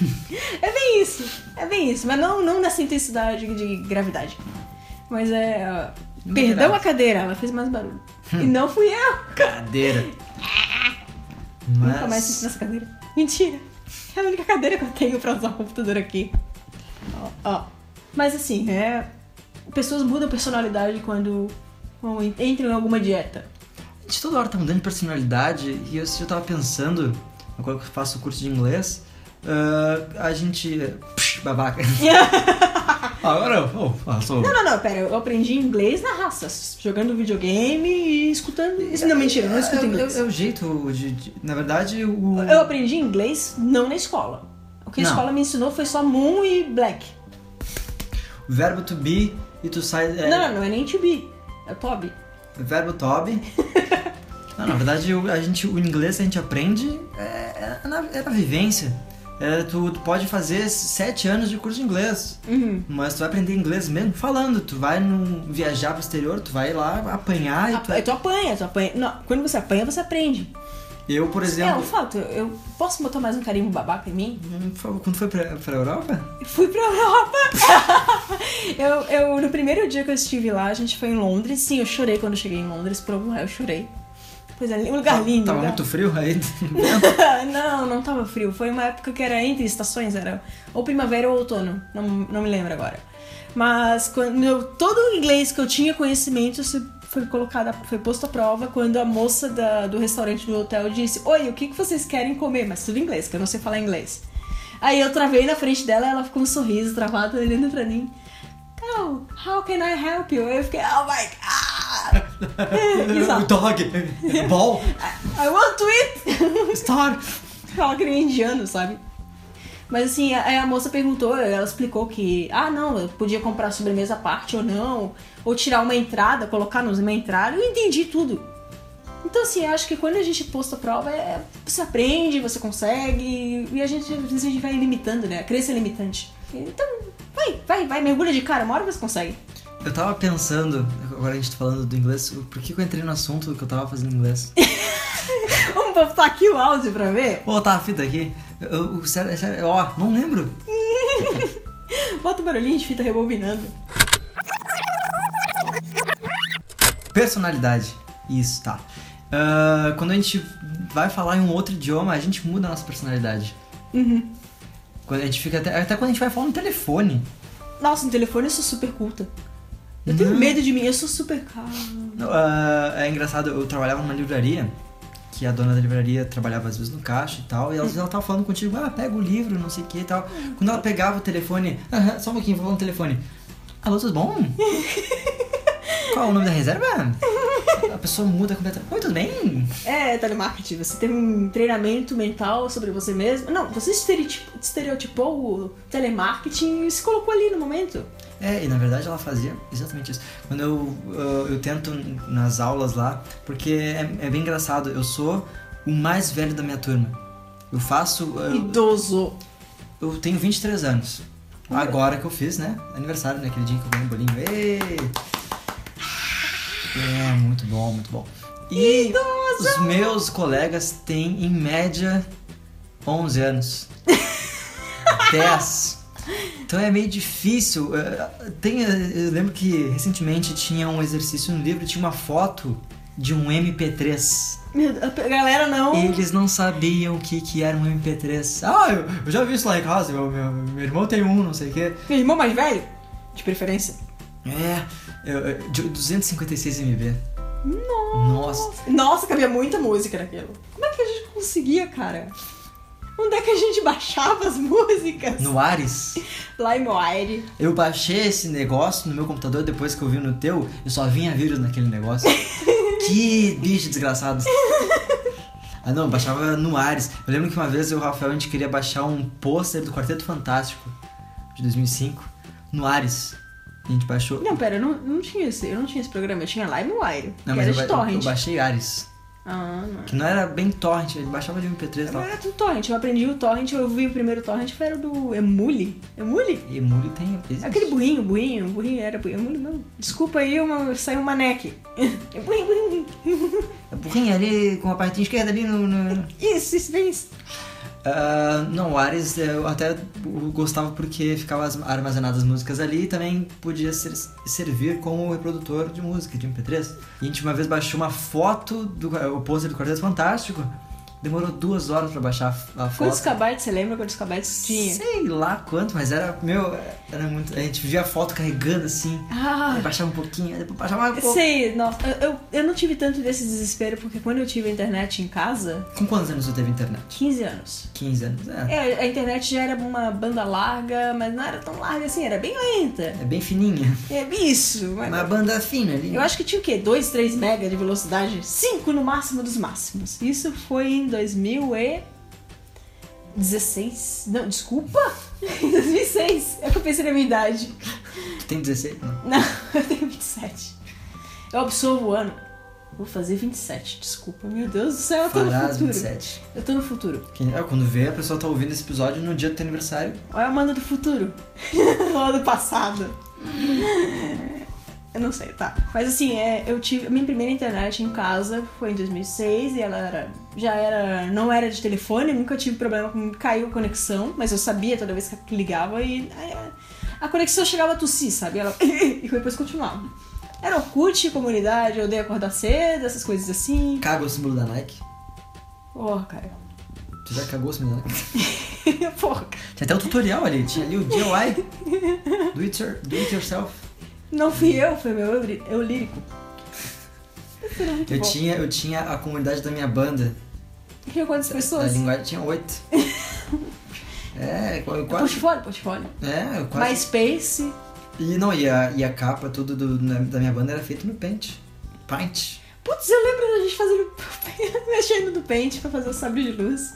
É bem isso, é bem isso, mas não, não nessa intensidade de gravidade. Mas é. ó, Não Perdão grave. a cadeira, ela fez mais barulho. E não fui eu. Cadeira. Nunca mais Mas... senti nessa cadeira. Mentira. É a única cadeira que eu tenho pra usar o computador aqui. Ó, ó. Mas assim, é. Pessoas mudam personalidade quando, quando entram em alguma dieta. A gente toda hora tá mudando de personalidade e eu, eu tava pensando, agora que eu faço o curso de inglês, ah, a gente... Psh, babaca. Agora eu oh, sou... Não, não, não, pera, eu aprendi inglês na raça, jogando videogame e escutando. Isso não é mentira, eu não escuto É- é- inglês. É, o jeito de, de- Na verdade, o... Eu aprendi inglês não na escola. O que a Não. escola me ensinou foi só moon e black. o verbo to be e tu sai... É, Não, não, não é nem to be, é Toby. Verbo to be. Não, na verdade, o, a gente, o inglês a gente aprende é, é, na, é na vivência. É, tu, tu pode fazer sete anos de curso de inglês, Uhum. mas tu vai aprender inglês mesmo falando. Tu vai num, viajar pro exterior, tu vai lá apanhar e tu Aí vai... tu apanha, tu apanha. Não, quando você apanha, você aprende. Eu, por É, exemplo... um fato, eu posso botar mais um carimbo babaca em mim? Hum, por favor, quando foi pra, pra Europa? Eu fui pra Europa! eu, eu, no primeiro dia que eu estive lá, a gente foi em Londres. Sim, eu chorei quando eu cheguei em Londres, por algum raio eu chorei. Pois é, um lugar lindo. Tava lugar... muito frio aí. não, não tava frio. Foi uma época que era entre estações, era ou primavera ou outono. Não, não me lembro agora. Mas quando eu, todo o inglês que eu tinha conhecimento se foi colocado, foi posto à prova quando a moça da, do restaurante do hotel disse: Oi, o que, que vocês querem comer? Mas tudo em inglês, que eu não sei falar inglês. Aí eu travei na frente dela, ela ficou um sorriso travado olhando pra mim. Hello, how can I help you? Eu fiquei, oh my god! Dog! Ball! I, I want to eat! Star! Fala que nem indiano, sabe? Mas assim, a, a moça perguntou, ela explicou que, ah não, eu podia comprar sobremesa à parte ou não, ou tirar uma entrada, colocar numa entrada, eu entendi tudo. Então assim, eu acho que quando a gente posta a prova, é, você aprende, você consegue, e a gente, às vezes a gente vai limitando, né? A crença é limitante. Então, vai, vai, vai, mergulha de cara, uma hora você consegue. Eu tava pensando, agora a gente tá falando do inglês, por que, que eu entrei no assunto que eu tava fazendo inglês? Vamos botar aqui o áudio pra ver? Vou botar a fita aqui. Eu, eu, sério, sério, ó, não lembro. Bota o barulhinho de fita rebobinando. Personalidade. Isso, tá. Uh, quando a gente vai falar em um outro idioma, a gente muda a nossa personalidade. Uhum. Quando a gente fica até, até quando a gente vai falar no telefone. Nossa, no telefone eu sou super culta. Eu tenho Não. medo de mim, eu sou super calma. Uh, é engraçado, eu trabalhava numa livraria, que a dona da livraria trabalhava às vezes no caixa e tal, e às vezes ela tava falando contigo, ah, pega o livro, não sei o que e tal. Quando ela pegava o telefone, ah, só um pouquinho, vou falar no telefone. Alô, tudo bom? Qual é o nome da reserva? A pessoa muda completamente. Oi, tudo bem? É, telemarketing, você teve um treinamento mental sobre você mesmo. Não, você estereotipou, estereotipou o telemarketing e se colocou ali no momento. É, e na verdade ela fazia exatamente isso. Quando eu, eu, eu tento nas aulas lá, porque é, é bem engraçado, eu sou o mais velho da minha turma. Eu faço... Eu, Idoso. eu tenho vinte e três anos. Agora que eu fiz, né? Aniversário, né? Aquele dia que eu ganhei um bolinho. Ei! É, muito bom, muito bom. E Idoso! os meus colegas têm, em média, onze anos. dez. Então é meio difícil. Tem, eu lembro que recentemente tinha um exercício no livro, tinha uma foto de um M P três. Meu Deus, a galera não... Eles não sabiam o que, que era um M P três. Ah, eu, eu já vi isso lá em casa, meu, meu, meu irmão tem um, não sei o quê. Meu irmão mais velho? De preferência. É, eu, de duzentos e cinquenta e seis M B. Nossa. Nossa. Nossa, cabia muita música naquilo. Como é que a gente conseguia, cara? Onde é que a gente baixava as músicas? No Ares. LimeWire. Eu baixei esse negócio no meu computador depois que eu vi no teu e só vinha vírus naquele negócio. Que bicho desgraçado. Ah não, eu baixava no Ares. Eu lembro que uma vez eu e o Rafael a gente queria baixar um pôster do Quarteto Fantástico de dois mil e cinco no Ares. A gente baixou. Não, pera, eu não, não tinha esse, eu não tinha esse programa, eu tinha LimeWire, Não, que mas era eu, de ba- torrent. eu baixei Ares. Ah, não. Que não era bem torrent, ele baixava de M P três e tal. Não era tudo torrent, eu aprendi o torrent, eu vi o primeiro torrent, foi era do Emule. Emule? E Emule tem. Existe. Aquele burrinho, burrinho, burrinho, era Emule não. Desculpa aí, uma, saiu uma neck. É burrinho, burrinho. É burrinho ali com a parte esquerda ali no. no... Isso, isso, bem isso. Uh, não, o Ares eu até gostava porque ficava as- armazenadas as músicas ali e também podia ser, servir como reprodutor de música, de M P três. E a gente uma vez baixou uma foto do o pôster do Quarteto Fantástico. Demorou duas horas pra baixar a foto. Quantos kbytes, você lembra quantos kbytes tinha? Sei lá quanto, mas era, meu, era muito... A gente via a foto carregando assim, Ah, aí baixava um pouquinho, aí depois baixava mais um pouco. sei, nossa, eu, eu, eu não tive tanto desse desespero, porque quando eu tive a internet em casa, Com quantos anos você teve internet? quinze anos. quinze anos, é. É, a internet já era uma banda larga, mas não era tão larga assim, era bem lenta. É bem fininha. É isso. Mas Uma banda fina ali. eu acho que tinha o quê? dois, três mega de velocidade? cinco no máximo dos máximos. Isso foi em dois mil e dezesseis. Não, desculpa! Em dois mil e seis. É que eu pensei na minha idade. Tu tem dezesseis? Não. Não, eu tenho vinte e sete. Eu absolvo o ano. Vou fazer vinte e sete, desculpa. Meu Deus do céu, eu tô no Farás futuro. vinte e sete. Eu tô no futuro. Quem- é, quando vê, a pessoa tá ouvindo esse episódio no dia do teu aniversário. Olha a Amanda do futuro. Ou do passado. Eu não sei, tá. Mas assim, é, eu tive. A minha primeira internet em casa foi em dois mil e seis e ela era. Já era. Não era de telefone, nunca tive problema com. Caiu a conexão, mas eu sabia toda vez que ligava e. aí, a conexão chegava a tossir, sabe? Ela, e depois continuava. Era Orkut, comunidade, eu odeio acordar cedo, essas coisas assim. Caga o símbolo da Nike. Porra, cara. Tu já cagou o símbolo da Nike? Porra, cara. Tinha até o tutorial ali, tinha ali o D I Y. Do it, your, do it yourself. Não fui eu, foi meu eu, eu lírico. Isso era muito Eu bom. tinha, eu tinha a comunidade da minha banda. Tinha quantas A pessoas? linguagem tinha oito. É, eu quase. Portfólio, portfólio. É, eu quase. MySpace. E não, e a, e a capa tudo do, na- da minha banda era feita no Paint. Paint. Putz, eu lembro da gente fazendo. mexendo no Paint pra fazer o sabre de luz.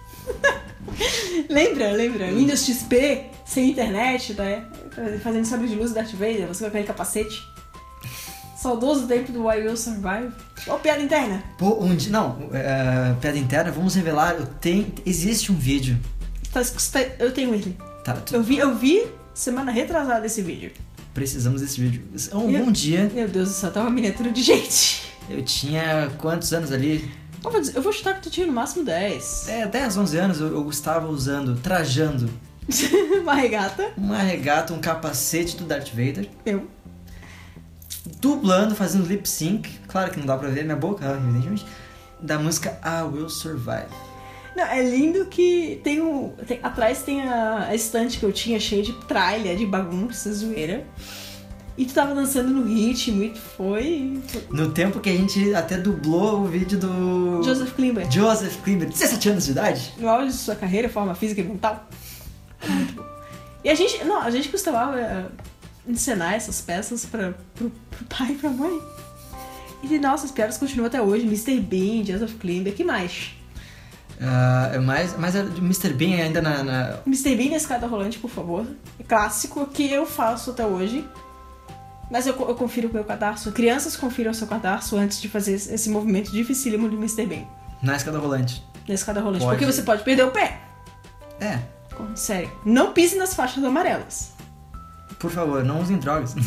lembra, lembra? Windows X P, sem internet, né? Fazendo sabre de luz do Darth Vader, você com aquele capacete. Saudoso tempo do I Will Survive. Ou piada interna. Pô, um dia. Não, é, piada interna, vamos revelar. Eu tenho, existe um vídeo. Tá- tá- Eu tenho ele. Tá, tu- Eu vi, eu vi semana retrasada esse vídeo. precisamos desse vídeo. Um Eu- bom dia. Meu Deus do céu, tá uma miniatura de gente. Eu tinha quantos anos ali? Eu vou dizer- eu vou chutar que tu tinha no máximo dez. É, dez, onze anos eu, eu estava usando, trajando Uma regata. uma regata, um capacete do Darth Vader, Eu. dublando, fazendo lip sync. Claro que não dá pra ver minha boca, evidentemente. Da música I Will Survive. Não, é lindo que tem um. tem- atrás tem a, a estante que eu tinha cheia de tralha, de bagunça, zoeira. E tu tava dançando no ritmo e tu foi. No tempo que a gente até dublou o vídeo do Joseph Klimber. Joseph Klimber, dezessete anos de idade. No auge de sua carreira, forma física e mental. Muito bom. E a gente. Não, a gente costumava eh, encenar essas peças pra, pro, pro pai e pra mãe. E nossa, as piadas continuam até hoje. mister Bean, Joseph Klimber, que mais? Ah, é mais, mais era de mister Bean ainda na, na- mister Bean na escada rolante, por favor. É clássico que eu faço até hoje. Mas eu, co- eu confiro o meu cadarço. Crianças confiram o seu cadarço antes de fazer esse esse movimento dificílimo de mister Bean na escada rolante. na escada rolante. Pode. Porque você pode perder o pé. É, Sério. Não pise nas faixas amarelas. por favor, não usem drogas.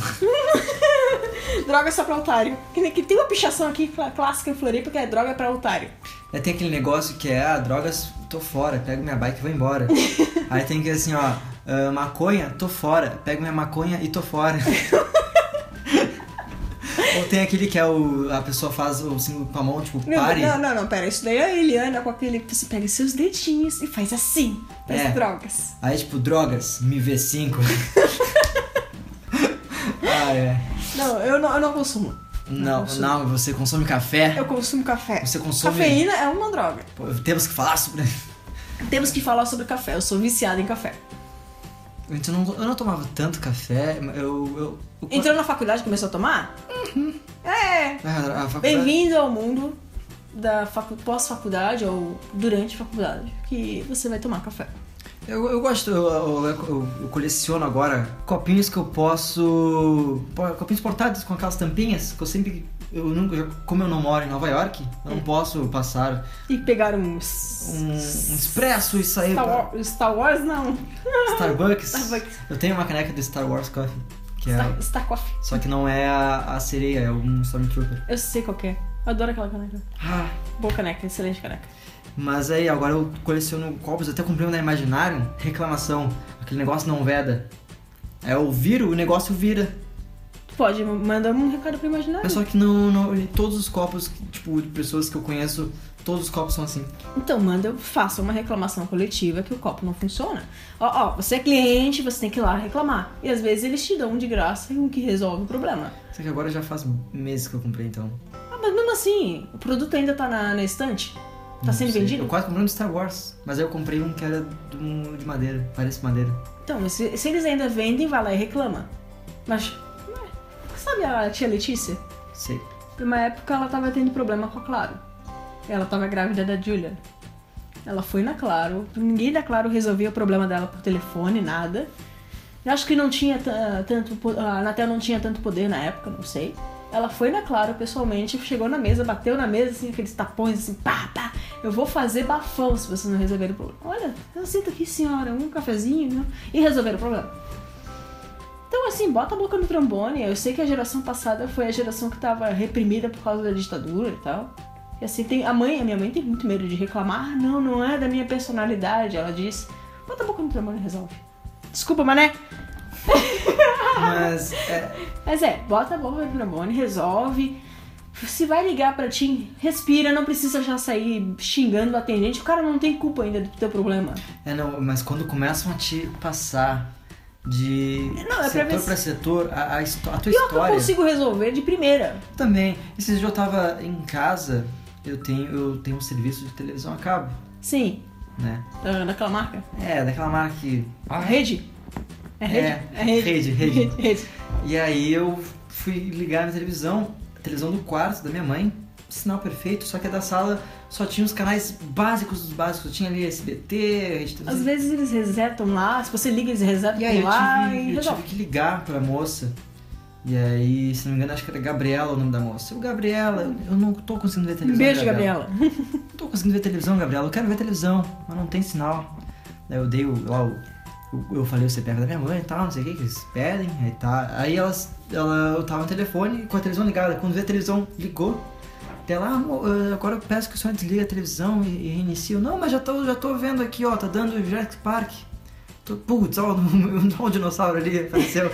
Droga só pra otário. Que, nem- que tem uma pichação aqui clá- clássica em Floripa que é droga pra otário. É, tem aquele negócio que é, ah, drogas, tô fora, pego minha bike e vou embora. Aí tem que assim, ó, ah, maconha, tô fora, pego minha maconha e tô fora. Ou tem aquele que é o. A pessoa faz o símbolo com a mão, tipo, Não, pare. não, não, não, pera. Isso daí é a Eliana com aquele que você pega seus dedinhos e faz assim. As É. drogas. Aí tipo, drogas, me vê cinco. Ah, é. Não, eu não, eu não consumo. Não, consumo. não, você consome café. Eu consumo café. Você consome. Cafeína é uma droga. Pô, temos que falar sobre. Temos que falar sobre café. Eu sou viciada em café. Então, eu não, eu não tomava tanto café. Eu. eu, eu Entrou na faculdade e começou a tomar? É. a, a faculdade- Bem-vindo ao mundo da facu- pós-faculdade ou durante a faculdade, que você vai tomar café. Eu, eu gosto, eu, eu, eu- eu coleciono agora copinhos que eu posso. pô, Copinhos portáteis com aquelas tampinhas que eu sempre. Eu nunca, eu- como eu não moro em Nova York, eu não posso passar E pegaram um. um, um expresso e sair Star, pra War- Star Wars, não. Starbucks. Starbucks. Eu tenho uma caneca do Star Wars Coffee, que é. Star, Star Coffee. Só que não é a, a sereia, é um Stormtrooper. Eu sei qual que é. Eu adoro aquela caneca. Ah, Boa caneca, excelente caneca. mas aí, agora eu coleciono copos, eu até comprei um da Imaginário, reclamação, aquele negócio não veda. É, eu viro, o negócio vira. Tu pode mandar um recado pro imaginário. Mas só que não, não, todos os copos, tipo, de pessoas que eu conheço, todos os copos são assim. Então, manda, faça uma reclamação coletiva que o copo não funciona. Ó, ó, você é cliente, você tem que ir lá reclamar. E às vezes eles te dão um de graça e um que resolve o problema. Só que agora já faz meses que eu comprei, então. Ah, mas mesmo assim, o produto ainda tá na, na estante? Tá Não sendo sei. vendido? Eu quase comprei um de Star Wars, mas aí eu comprei um que era de, um- de madeira, parece madeira. Então, mas se, se eles ainda vendem, vai lá e reclama. Mas, ué, sabe a tia Letícia? Sei. Numa época ela tava tendo problema com a Claro. Ela tava grávida da Julia. Ela foi na Claro, ninguém da Claro resolvia o problema dela por telefone, nada. Eu acho que não tinha ta- tanto. po- A Anatel não tinha tanto poder na época, não sei. Ela foi na Claro pessoalmente, chegou na mesa, bateu na mesa, assim, aqueles tapões assim, pá, pá. Eu vou fazer bafão se vocês não resolverem o problema. Olha, eu sinto aqui, senhora, um cafezinho, né? E resolveram o problema. Então, assim, bota a boca no trombone. Eu sei que a geração passada foi a geração que tava reprimida por causa da ditadura e tal. E assim, tem a mãe, a minha mãe tem muito medo de reclamar. Ah, não, não é da minha personalidade. Ela diz, bota a boca no trombone e resolve. Desculpa, mané. Mas, é, Mas é, bota a boca no trombone, resolve. Se vai ligar pra ti, respira, não precisa já sair xingando o atendente. O cara não tem culpa ainda do teu problema. é não, mas quando começam a te passar de Não, é pra ver setor se- pra setor, a, a, histó- a tua Pior que eu história consigo resolver de primeira. também. Esses dias eu tava em casa, eu tenho, eu tenho um serviço de televisão a cabo, Sim, né? da- daquela marca. É, daquela marca que... A rede. É rede? É, É rede. rede, rede. Rede, rede. E aí eu fui ligar na televisão, a televisão do quarto da minha mãe, sinal perfeito, só que a da sala só tinha os canais básicos dos básicos. Tinha ali S B T, Rede T V. Às vezes eles resetam lá, se você liga eles resetam E aí eu lá tive, e eu resolve. tive que ligar pra moça. E aí, se não me engano, acho que era Gabriela o nome da moça. Eu, Gabriela, eu não tô conseguindo ver Um televisão. beijo, Gabriela. Não tô conseguindo ver televisão, Gabriela. Eu quero ver televisão, mas não tem sinal. Daí eu dei o, lá o. Eu, eu falei o C P F da minha mãe e tal, não sei o que, que eles pedem. Aí tá. Aí elas. Ela, eu tava no telefone com a televisão ligada. Quando veio a televisão, ligou. Até lá, ah, agora eu peço que o senhor desligue a televisão e, e reinicie. Eu, não, mas já tô, já tô vendo aqui, ó, tá dando Jurassic Park. Tô, putz, ó, o, o dinossauro ali apareceu.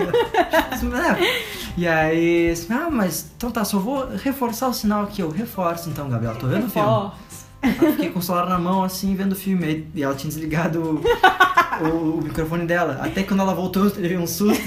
E aí, assim, ah, mas então tá, só vou reforçar o sinal aqui. Eu reforço então, Gabriela, tô vendo o filme. Reforça. Eu fiquei com o celular na mão, assim, vendo o filme. E ela tinha desligado o, o, o microfone dela. Até que quando ela voltou, eu teve um susto.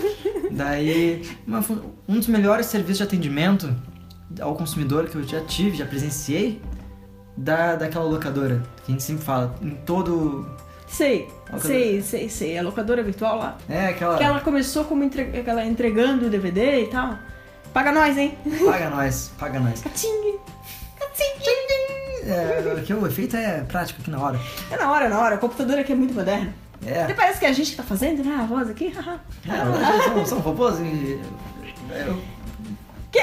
Daí, uma, um dos melhores serviços de atendimento ao consumidor que eu já tive, já presenciei, da, daquela locadora. Que a gente sempre fala, em todo... Sei, Locadora. sei, sei, sei. A locadora virtual lá. É, aquela... Que ela começou como entre... ela entregando o D V D e tal. Paga nós, hein? Paga nós, paga nós. Catingue. Catingue. É, que o efeito é prático aqui na hora. É na hora, é na hora. O computador aqui é muito moderno. É. Até parece que é a gente que tá fazendo, né? A voz aqui. É, são, são robôs e... Eu... Que?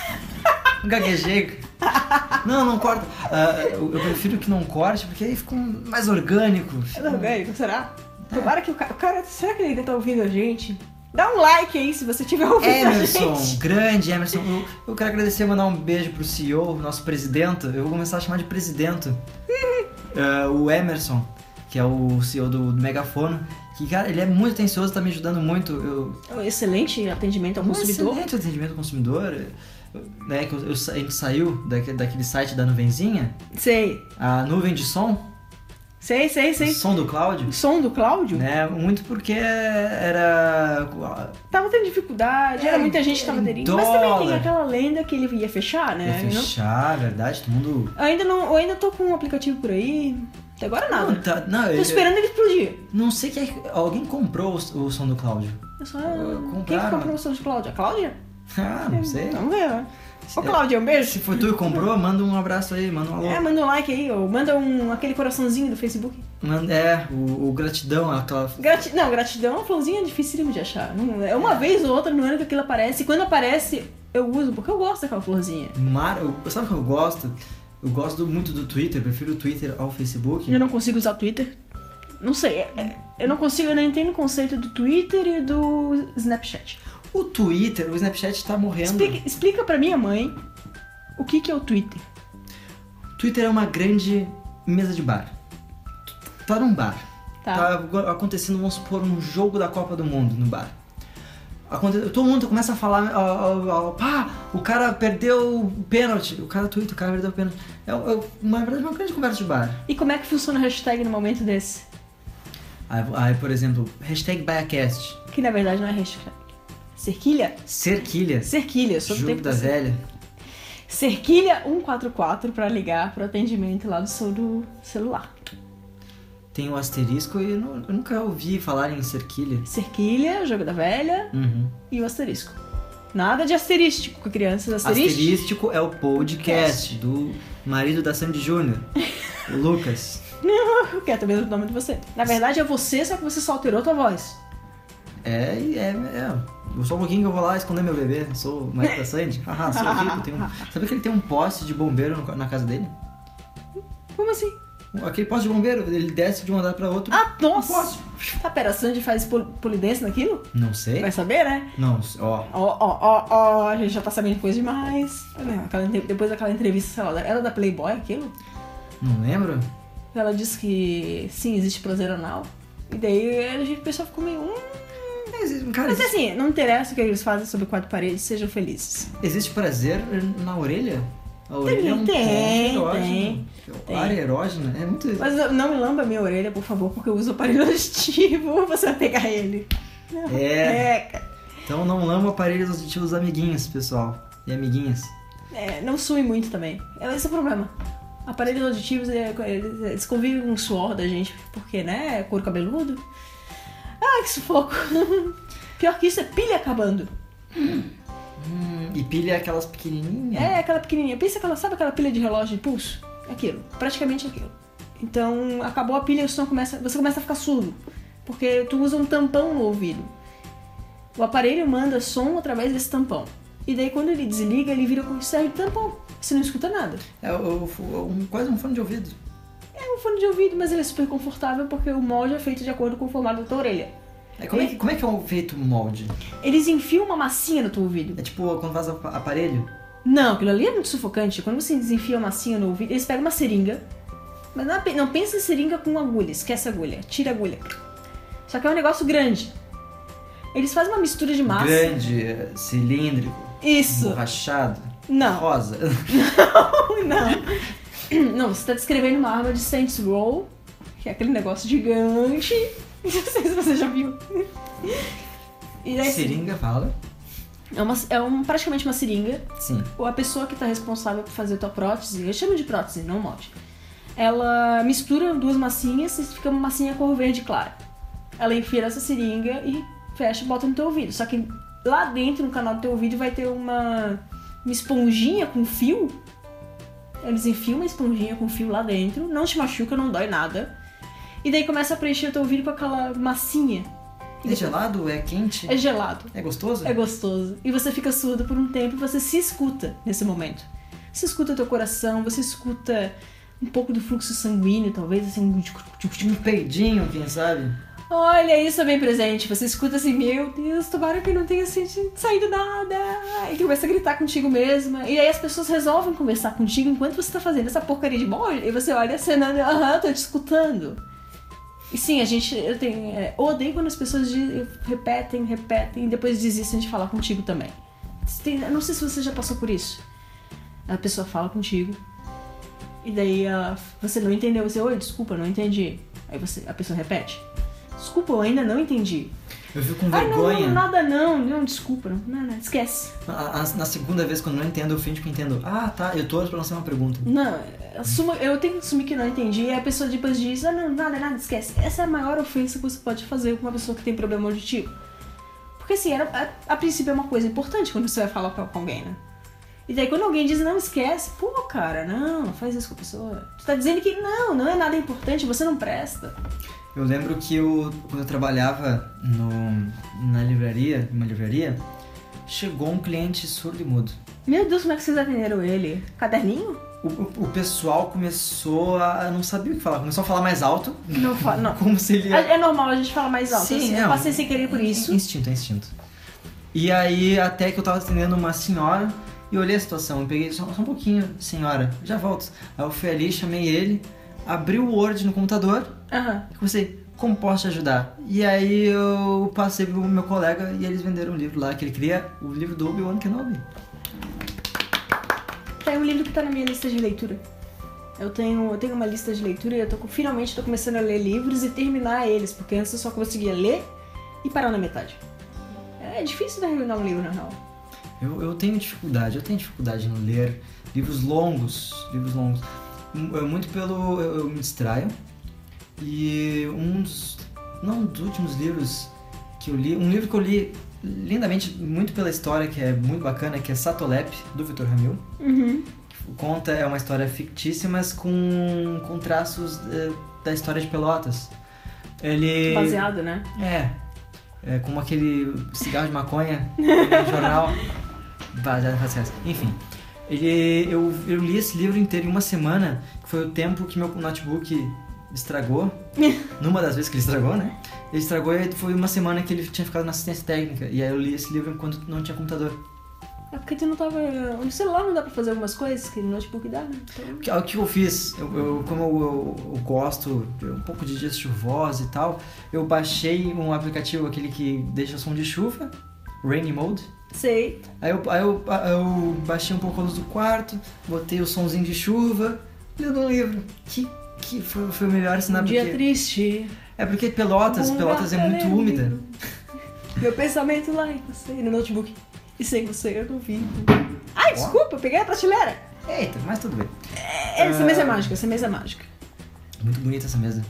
Gaguejei. Não, não corta. Uh, eu, eu prefiro que não corte, porque aí fica um- mais orgânico. É Fica... orgânico, será? Tomara que o cara, o cara... Será que ele ainda tá ouvindo a gente? Dá um like aí se você tiver ouvindo Emerson, a gente. grande Emerson. Eu, eu quero agradecer e mandar um beijo pro C E O, nosso presidente. Eu vou começar a chamar de presidente. Uh, o Emerson, que é o C E O do, do Megafono. Que, cara, ele é muito atencioso, tá me ajudando muito. Eu, Um excelente atendimento ao um consumidor. excelente atendimento ao consumidor. Né, que eu, eu, a gente saiu daquele, daquele site da nuvenzinha, Sei. a nuvem de som, Sei, sei, sei. o som do Cláudio. O som do Cláudio? Né, muito porque era... Tava tendo dificuldade, É, era muita gente que tava em aderindo. Mas também tem dólar. aquela lenda que ele ia fechar, né? Ia fechar, verdade, todo mundo... Eu ainda não, eu ainda tô com um aplicativo por aí. Até agora nada. Não, tá, não, Tô eu, esperando ele explodir. não sei que alguém comprou o, o som do Cláudio. Eu só... Uh, Quem que compraram. comprou o som de Cláudia? A Cláudia? Ah, não sei. Vamos ver, né? Ô, É, Cláudia, um beijo. Se foi tu que comprou, manda um abraço aí, manda um alô. É, manda um like aí, ou manda um, aquele coraçãozinho do Facebook. Manda, é, o, o gratidão, aquela... Grati... Não, gratidão é uma florzinha difícil de achar. Não- É uma vez ou outra no ano que aquilo aparece. E quando aparece, eu uso, porque eu gosto daquela florzinha. Mar... eu- Sabe o que eu gosto? Eu gosto muito do Twitter, prefiro o Twitter ao Facebook. Eu não consigo usar o Twitter. Não sei, é- é- eu não consigo, eu não entendo o conceito do Twitter e do Snapchat. O Twitter, o Snapchat tá morrendo. Explica, explica pra minha mãe o que, que é o Twitter. Twitter é uma grande mesa de bar. Tá num bar. Tá. Tá acontecendo, vamos supor, um jogo da Copa do Mundo no bar. Aconte... Todo mundo começa a falar, ó, ó, ó, pá, o cara perdeu o pênalti. O cara Twitter, o cara perdeu o pênalti. É, é uma, uma grande conversa de bar. E como é que funciona a hashtag no momento desse? Aí, aí por exemplo, hashtag BaiaCast, Que na verdade não é hashtag. Cerquilha? Cerquilha, Cerquilha, eu sou do jogo tempo da pra- velha. Cerquilha um quatro quatro pra ligar pro atendimento lá do seu do celular. Tem o asterisco e eu, nu- eu nunca ouvi falar em cerquilha. Cerquilha, jogo da velha Uhum. e o asterisco. Nada de asterístico com crianças. Asterístico. Asterístico é o podcast do marido da Sandy Júnior, o Lucas. Não, que é também o nome de você. Na verdade é você, só que você só alterou a tua voz. É, é, é. Só um pouquinho que eu vou lá esconder meu bebê. Sou o marido da Sandy. Haha, sou rico. Tenho um... Sabe que ele tem um poste de bombeiro no- na casa dele? Como assim? Aquele poste de bombeiro, ele desce de um andar pra outro. Ah, nossa! Um poste. Tá, pera, a Sandy faz pol polidense naquilo? Não sei. Vai saber, né? Não, ó. Ó, ó, ó, ó, a gente já tá sabendo coisa demais. Olha, aquela entre- depois daquela entrevista, sei lá, era da Playboy aquilo? Não lembro? Ela disse que sim, existe prazer anal. E daí a gente, o pessoal ficou meio. Hum. Mas, cara, Mas existe, assim, não interessa o que eles fazem sobre quatro paredes, sejam felizes. existe prazer na orelha? A orelha é um tem, ponto erógeno. tem, tem. A área erógena é muito... Mas não me lamba a minha orelha, por favor, porque eu uso o aparelho auditivo. Você vai pegar ele. Não. É. É, cara. Então não lama aparelhos auditivos amiguinhos, pessoal. E amiguinhas. É, não sue muito também. Esse é o problema. Aparelhos auditivos, é, eles convivem com o suor da gente, porque, né, couro cabeludo. Ah, que sufoco. Pior que isso é pilha acabando. Hum, e pilha é aquelas pequenininhas? É, aquela pequenininha. Pensa aquela, sabe aquela pilha de relógio de pulso? É aquilo, praticamente aquilo. Então, acabou a pilha e o som começa, você começa a ficar surdo. Porque tu usa um tampão no ouvido. O aparelho manda som através desse tampão. E daí quando ele desliga, ele vira como se serve de tampão. Você não escuta nada. É o, o, um, quase um fone de ouvido. É um fone de ouvido, mas ele é super confortável porque o molde é feito de acordo com o formato da tua orelha. É, como, é que, como é que é feito o molde? Eles enfiam uma massinha no teu ouvido. É tipo quando faz o aparelho? Não, aquilo ali é muito sufocante. Quando você desenfia uma massinha no ouvido, eles pegam uma seringa. Mas não, não pensa em seringa com agulha, esquece a agulha, tira a agulha. Só que é um negócio grande. Eles fazem uma mistura de massa. Grande, cilíndrico. Isso. Borrachado. Não. Rosa. Não, não. Não, você tá descrevendo uma arma de Saints Row, que é aquele negócio gigante. Não sei se você já viu. E daí, Seringa, fala. É, uma, é um, praticamente uma seringa. Sim. A pessoa que tá responsável por fazer a tua prótese, eu chamo de prótese, não molde. Ela mistura duas massinhas e fica uma massinha cor verde clara. Ela enfia essa seringa e fecha e bota no teu ouvido. Só que lá dentro, no canal do teu ouvido, vai ter uma, uma esponjinha com fio. Eles enfiam uma esponjinha com fio lá dentro. Não te machuca, não dói nada. E daí começa a preencher o teu ouvido com aquela massinha. É gelado? É quente? É gelado. É gostoso? É gostoso. E você fica surdo por um tempo e você se escuta nesse momento. Você escuta teu coração, você escuta um pouco do fluxo sanguíneo, talvez, assim... Um peidinho, quem sabe? Olha, isso é bem presente. Você escuta assim, meu Deus, tomara que não tenha saído nada. E começa a gritar contigo mesma. E aí as pessoas resolvem conversar contigo enquanto você tá fazendo essa porcaria de molde. E você olha acenando, aham, tô te escutando. E sim, a gente, eu tenho, é, eu odeio quando as pessoas diz, repetem, repetem e depois desistem de falar contigo também. Tem, não sei se você já passou por isso. A pessoa fala contigo e daí uh, você não entendeu, você, oi, desculpa, não entendi. Aí você, a pessoa repete, desculpa, eu ainda não entendi. Eu fico com ah, vergonha. Não, não, nada não, não, desculpa, não, não, não esquece. Na, na segunda vez, quando eu não entendo, eu finjo que entendo. Ah, tá, eu torço pra lançar uma pergunta. Não, assuma, eu tenho que assumir que não entendi e a pessoa depois diz, ah, não, nada, nada, esquece. Essa é a maior ofensa que você pode fazer com uma pessoa que tem problema auditivo. Porque assim, era, a, a princípio é uma coisa importante quando você vai falar pra, com alguém, né? E daí quando alguém diz, não, esquece, pô, cara, não, não faz isso com a pessoa. Tu tá dizendo que não, não é nada importante, você não presta. Eu lembro que eu, quando eu trabalhava no, na livraria, numa livraria, chegou um cliente surdo e mudo. Meu Deus, como é que vocês atenderam ele? Caderninho? O, o, o pessoal começou a... não sabia o que falar, começou a falar mais alto. Não fala, não. Como se ele... É, é normal a gente falar mais alto. Sim, assim, é. Eu passei sem querer por isso. É instinto, é instinto. E aí, até que eu tava atendendo uma senhora e olhei a situação, eu peguei só, só um pouquinho, senhora, já volto. Aí eu fui ali, chamei ele, abri o Word no computador. Aham. E comecei, como posso te ajudar? E aí eu passei pro meu colega e eles venderam um livro lá, que ele queria o livro do Obi-Wan Kenobi. Tem um livro que tá na minha lista de leitura. Eu tenho, eu tenho uma lista de leitura e eu tô, finalmente tô começando a ler livros e terminar eles, porque antes eu só conseguia ler e parar na metade. É difícil terminar um livro, na real. Eu, eu tenho dificuldade, eu tenho dificuldade em ler livros longos, livros longos. Muito pelo... eu, eu me distraio. E um dos... não, um dos últimos livros que eu li... Um livro que eu li lindamente, muito pela história, que é muito bacana, que é Satolep, do Victor Ramil. Uhum. Que conta, é uma história fictícia, mas com, com traços é, da história de Pelotas. Ele... Baseado, né? É. É como aquele cigarro de maconha no jornal. Baseado em fatos. Enfim. Ele, eu, eu li esse livro inteiro em uma semana, que foi o tempo que meu notebook estragou. Numa das vezes que ele estragou, né? Ele estragou e foi uma semana que ele tinha ficado na assistência técnica. E aí eu li esse livro enquanto não tinha computador. É porque tu não tava... No celular não dá pra fazer algumas coisas que no notebook dá, né? Então... O que, o que eu fiz? Eu, eu, como eu, eu, eu gosto de um pouco de dias chuvosos e tal, eu baixei um aplicativo, aquele que deixa som de chuva, Rainy Mode. Sei. Aí eu, aí eu, eu baixei um pouco a luz do quarto, botei o somzinho de chuva, lendo um livro. Que, que foi, foi o melhor sinal. Um dia porque... triste. É porque Pelotas, Um Pelotas é muito úmida. Meu pensamento lá em você, no notebook. E sem você eu não vi. Ai, desculpa, eu peguei a prateleira. Eita, mas tudo bem. É, essa Uh, mesa é mágica, essa mesa é mágica. Muito bonita essa mesa.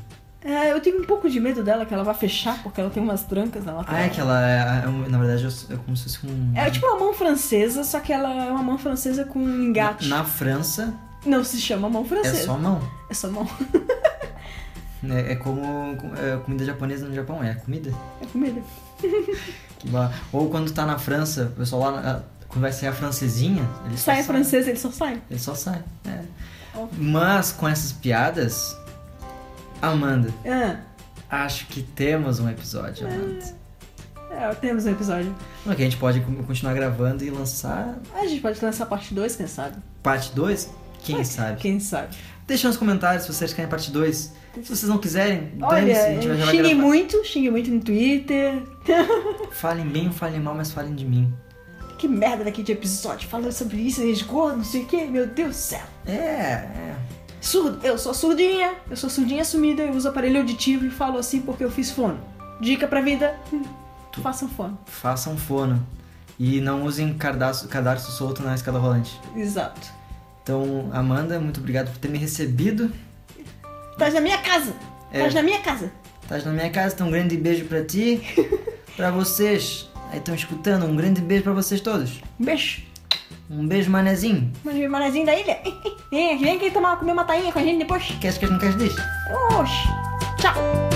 É, eu tenho um pouco de medo dela, que ela vai fechar, porque ela tem umas trancas na lateral. Ah, é que ela é, é- na verdade, é como se fosse um... É tipo uma mão francesa, só que ela é uma mão francesa com um engate. Na França, Não se chama mão é francesa. só mão. É só mão. É, é como é, comida japonesa no Japão, é comida. É comida. Que ba- Ou quando tá na França, o pessoal lá, ah, quando vai sair a francesinha, ele só Sai sai. a francesa, ele só sai. Ele só sai, é. Ó. Mas com essas piadas, Amanda, Ah, acho que temos um episódio, Amanda. é, temos um episódio. Não, que a gente pode com- continuar gravando e lançar A gente pode lançar parte dois, quem sabe? parte dois? Quem sabe? Quem sabe? Deixa nos comentários se vocês querem parte dois. Se vocês não quiserem, Olha, dane-se, a gente vai já vai xingue gravar. muito, xingue muito no Twitter. Falem bem ou falem mal, mas falem de mim. Que merda daqui de episódio, falando sobre isso, esgoto, não sei o que, meu Deus do céu. É, é. Surdo, eu sou surdinha, eu sou surdinha assumida, eu uso aparelho auditivo e falo assim porque eu fiz fono. Dica pra vida, hum, façam fono. Façam fono. E não usem cadarço, cadarço solto na escada rolante. Exato. Então, Amanda, muito obrigado por ter me recebido. Estás na minha casa, É. estás na minha casa. Estás na minha casa, então um grande beijo pra ti. Pra vocês aí estão escutando, um grande beijo pra vocês todos. Um beijo. Um beijo, manezinho. Mas manezinho da ilha. Vem, vem aqui tomar, comer uma tainha com a gente depois. Queres que não queres disso? Oxi. Tchau.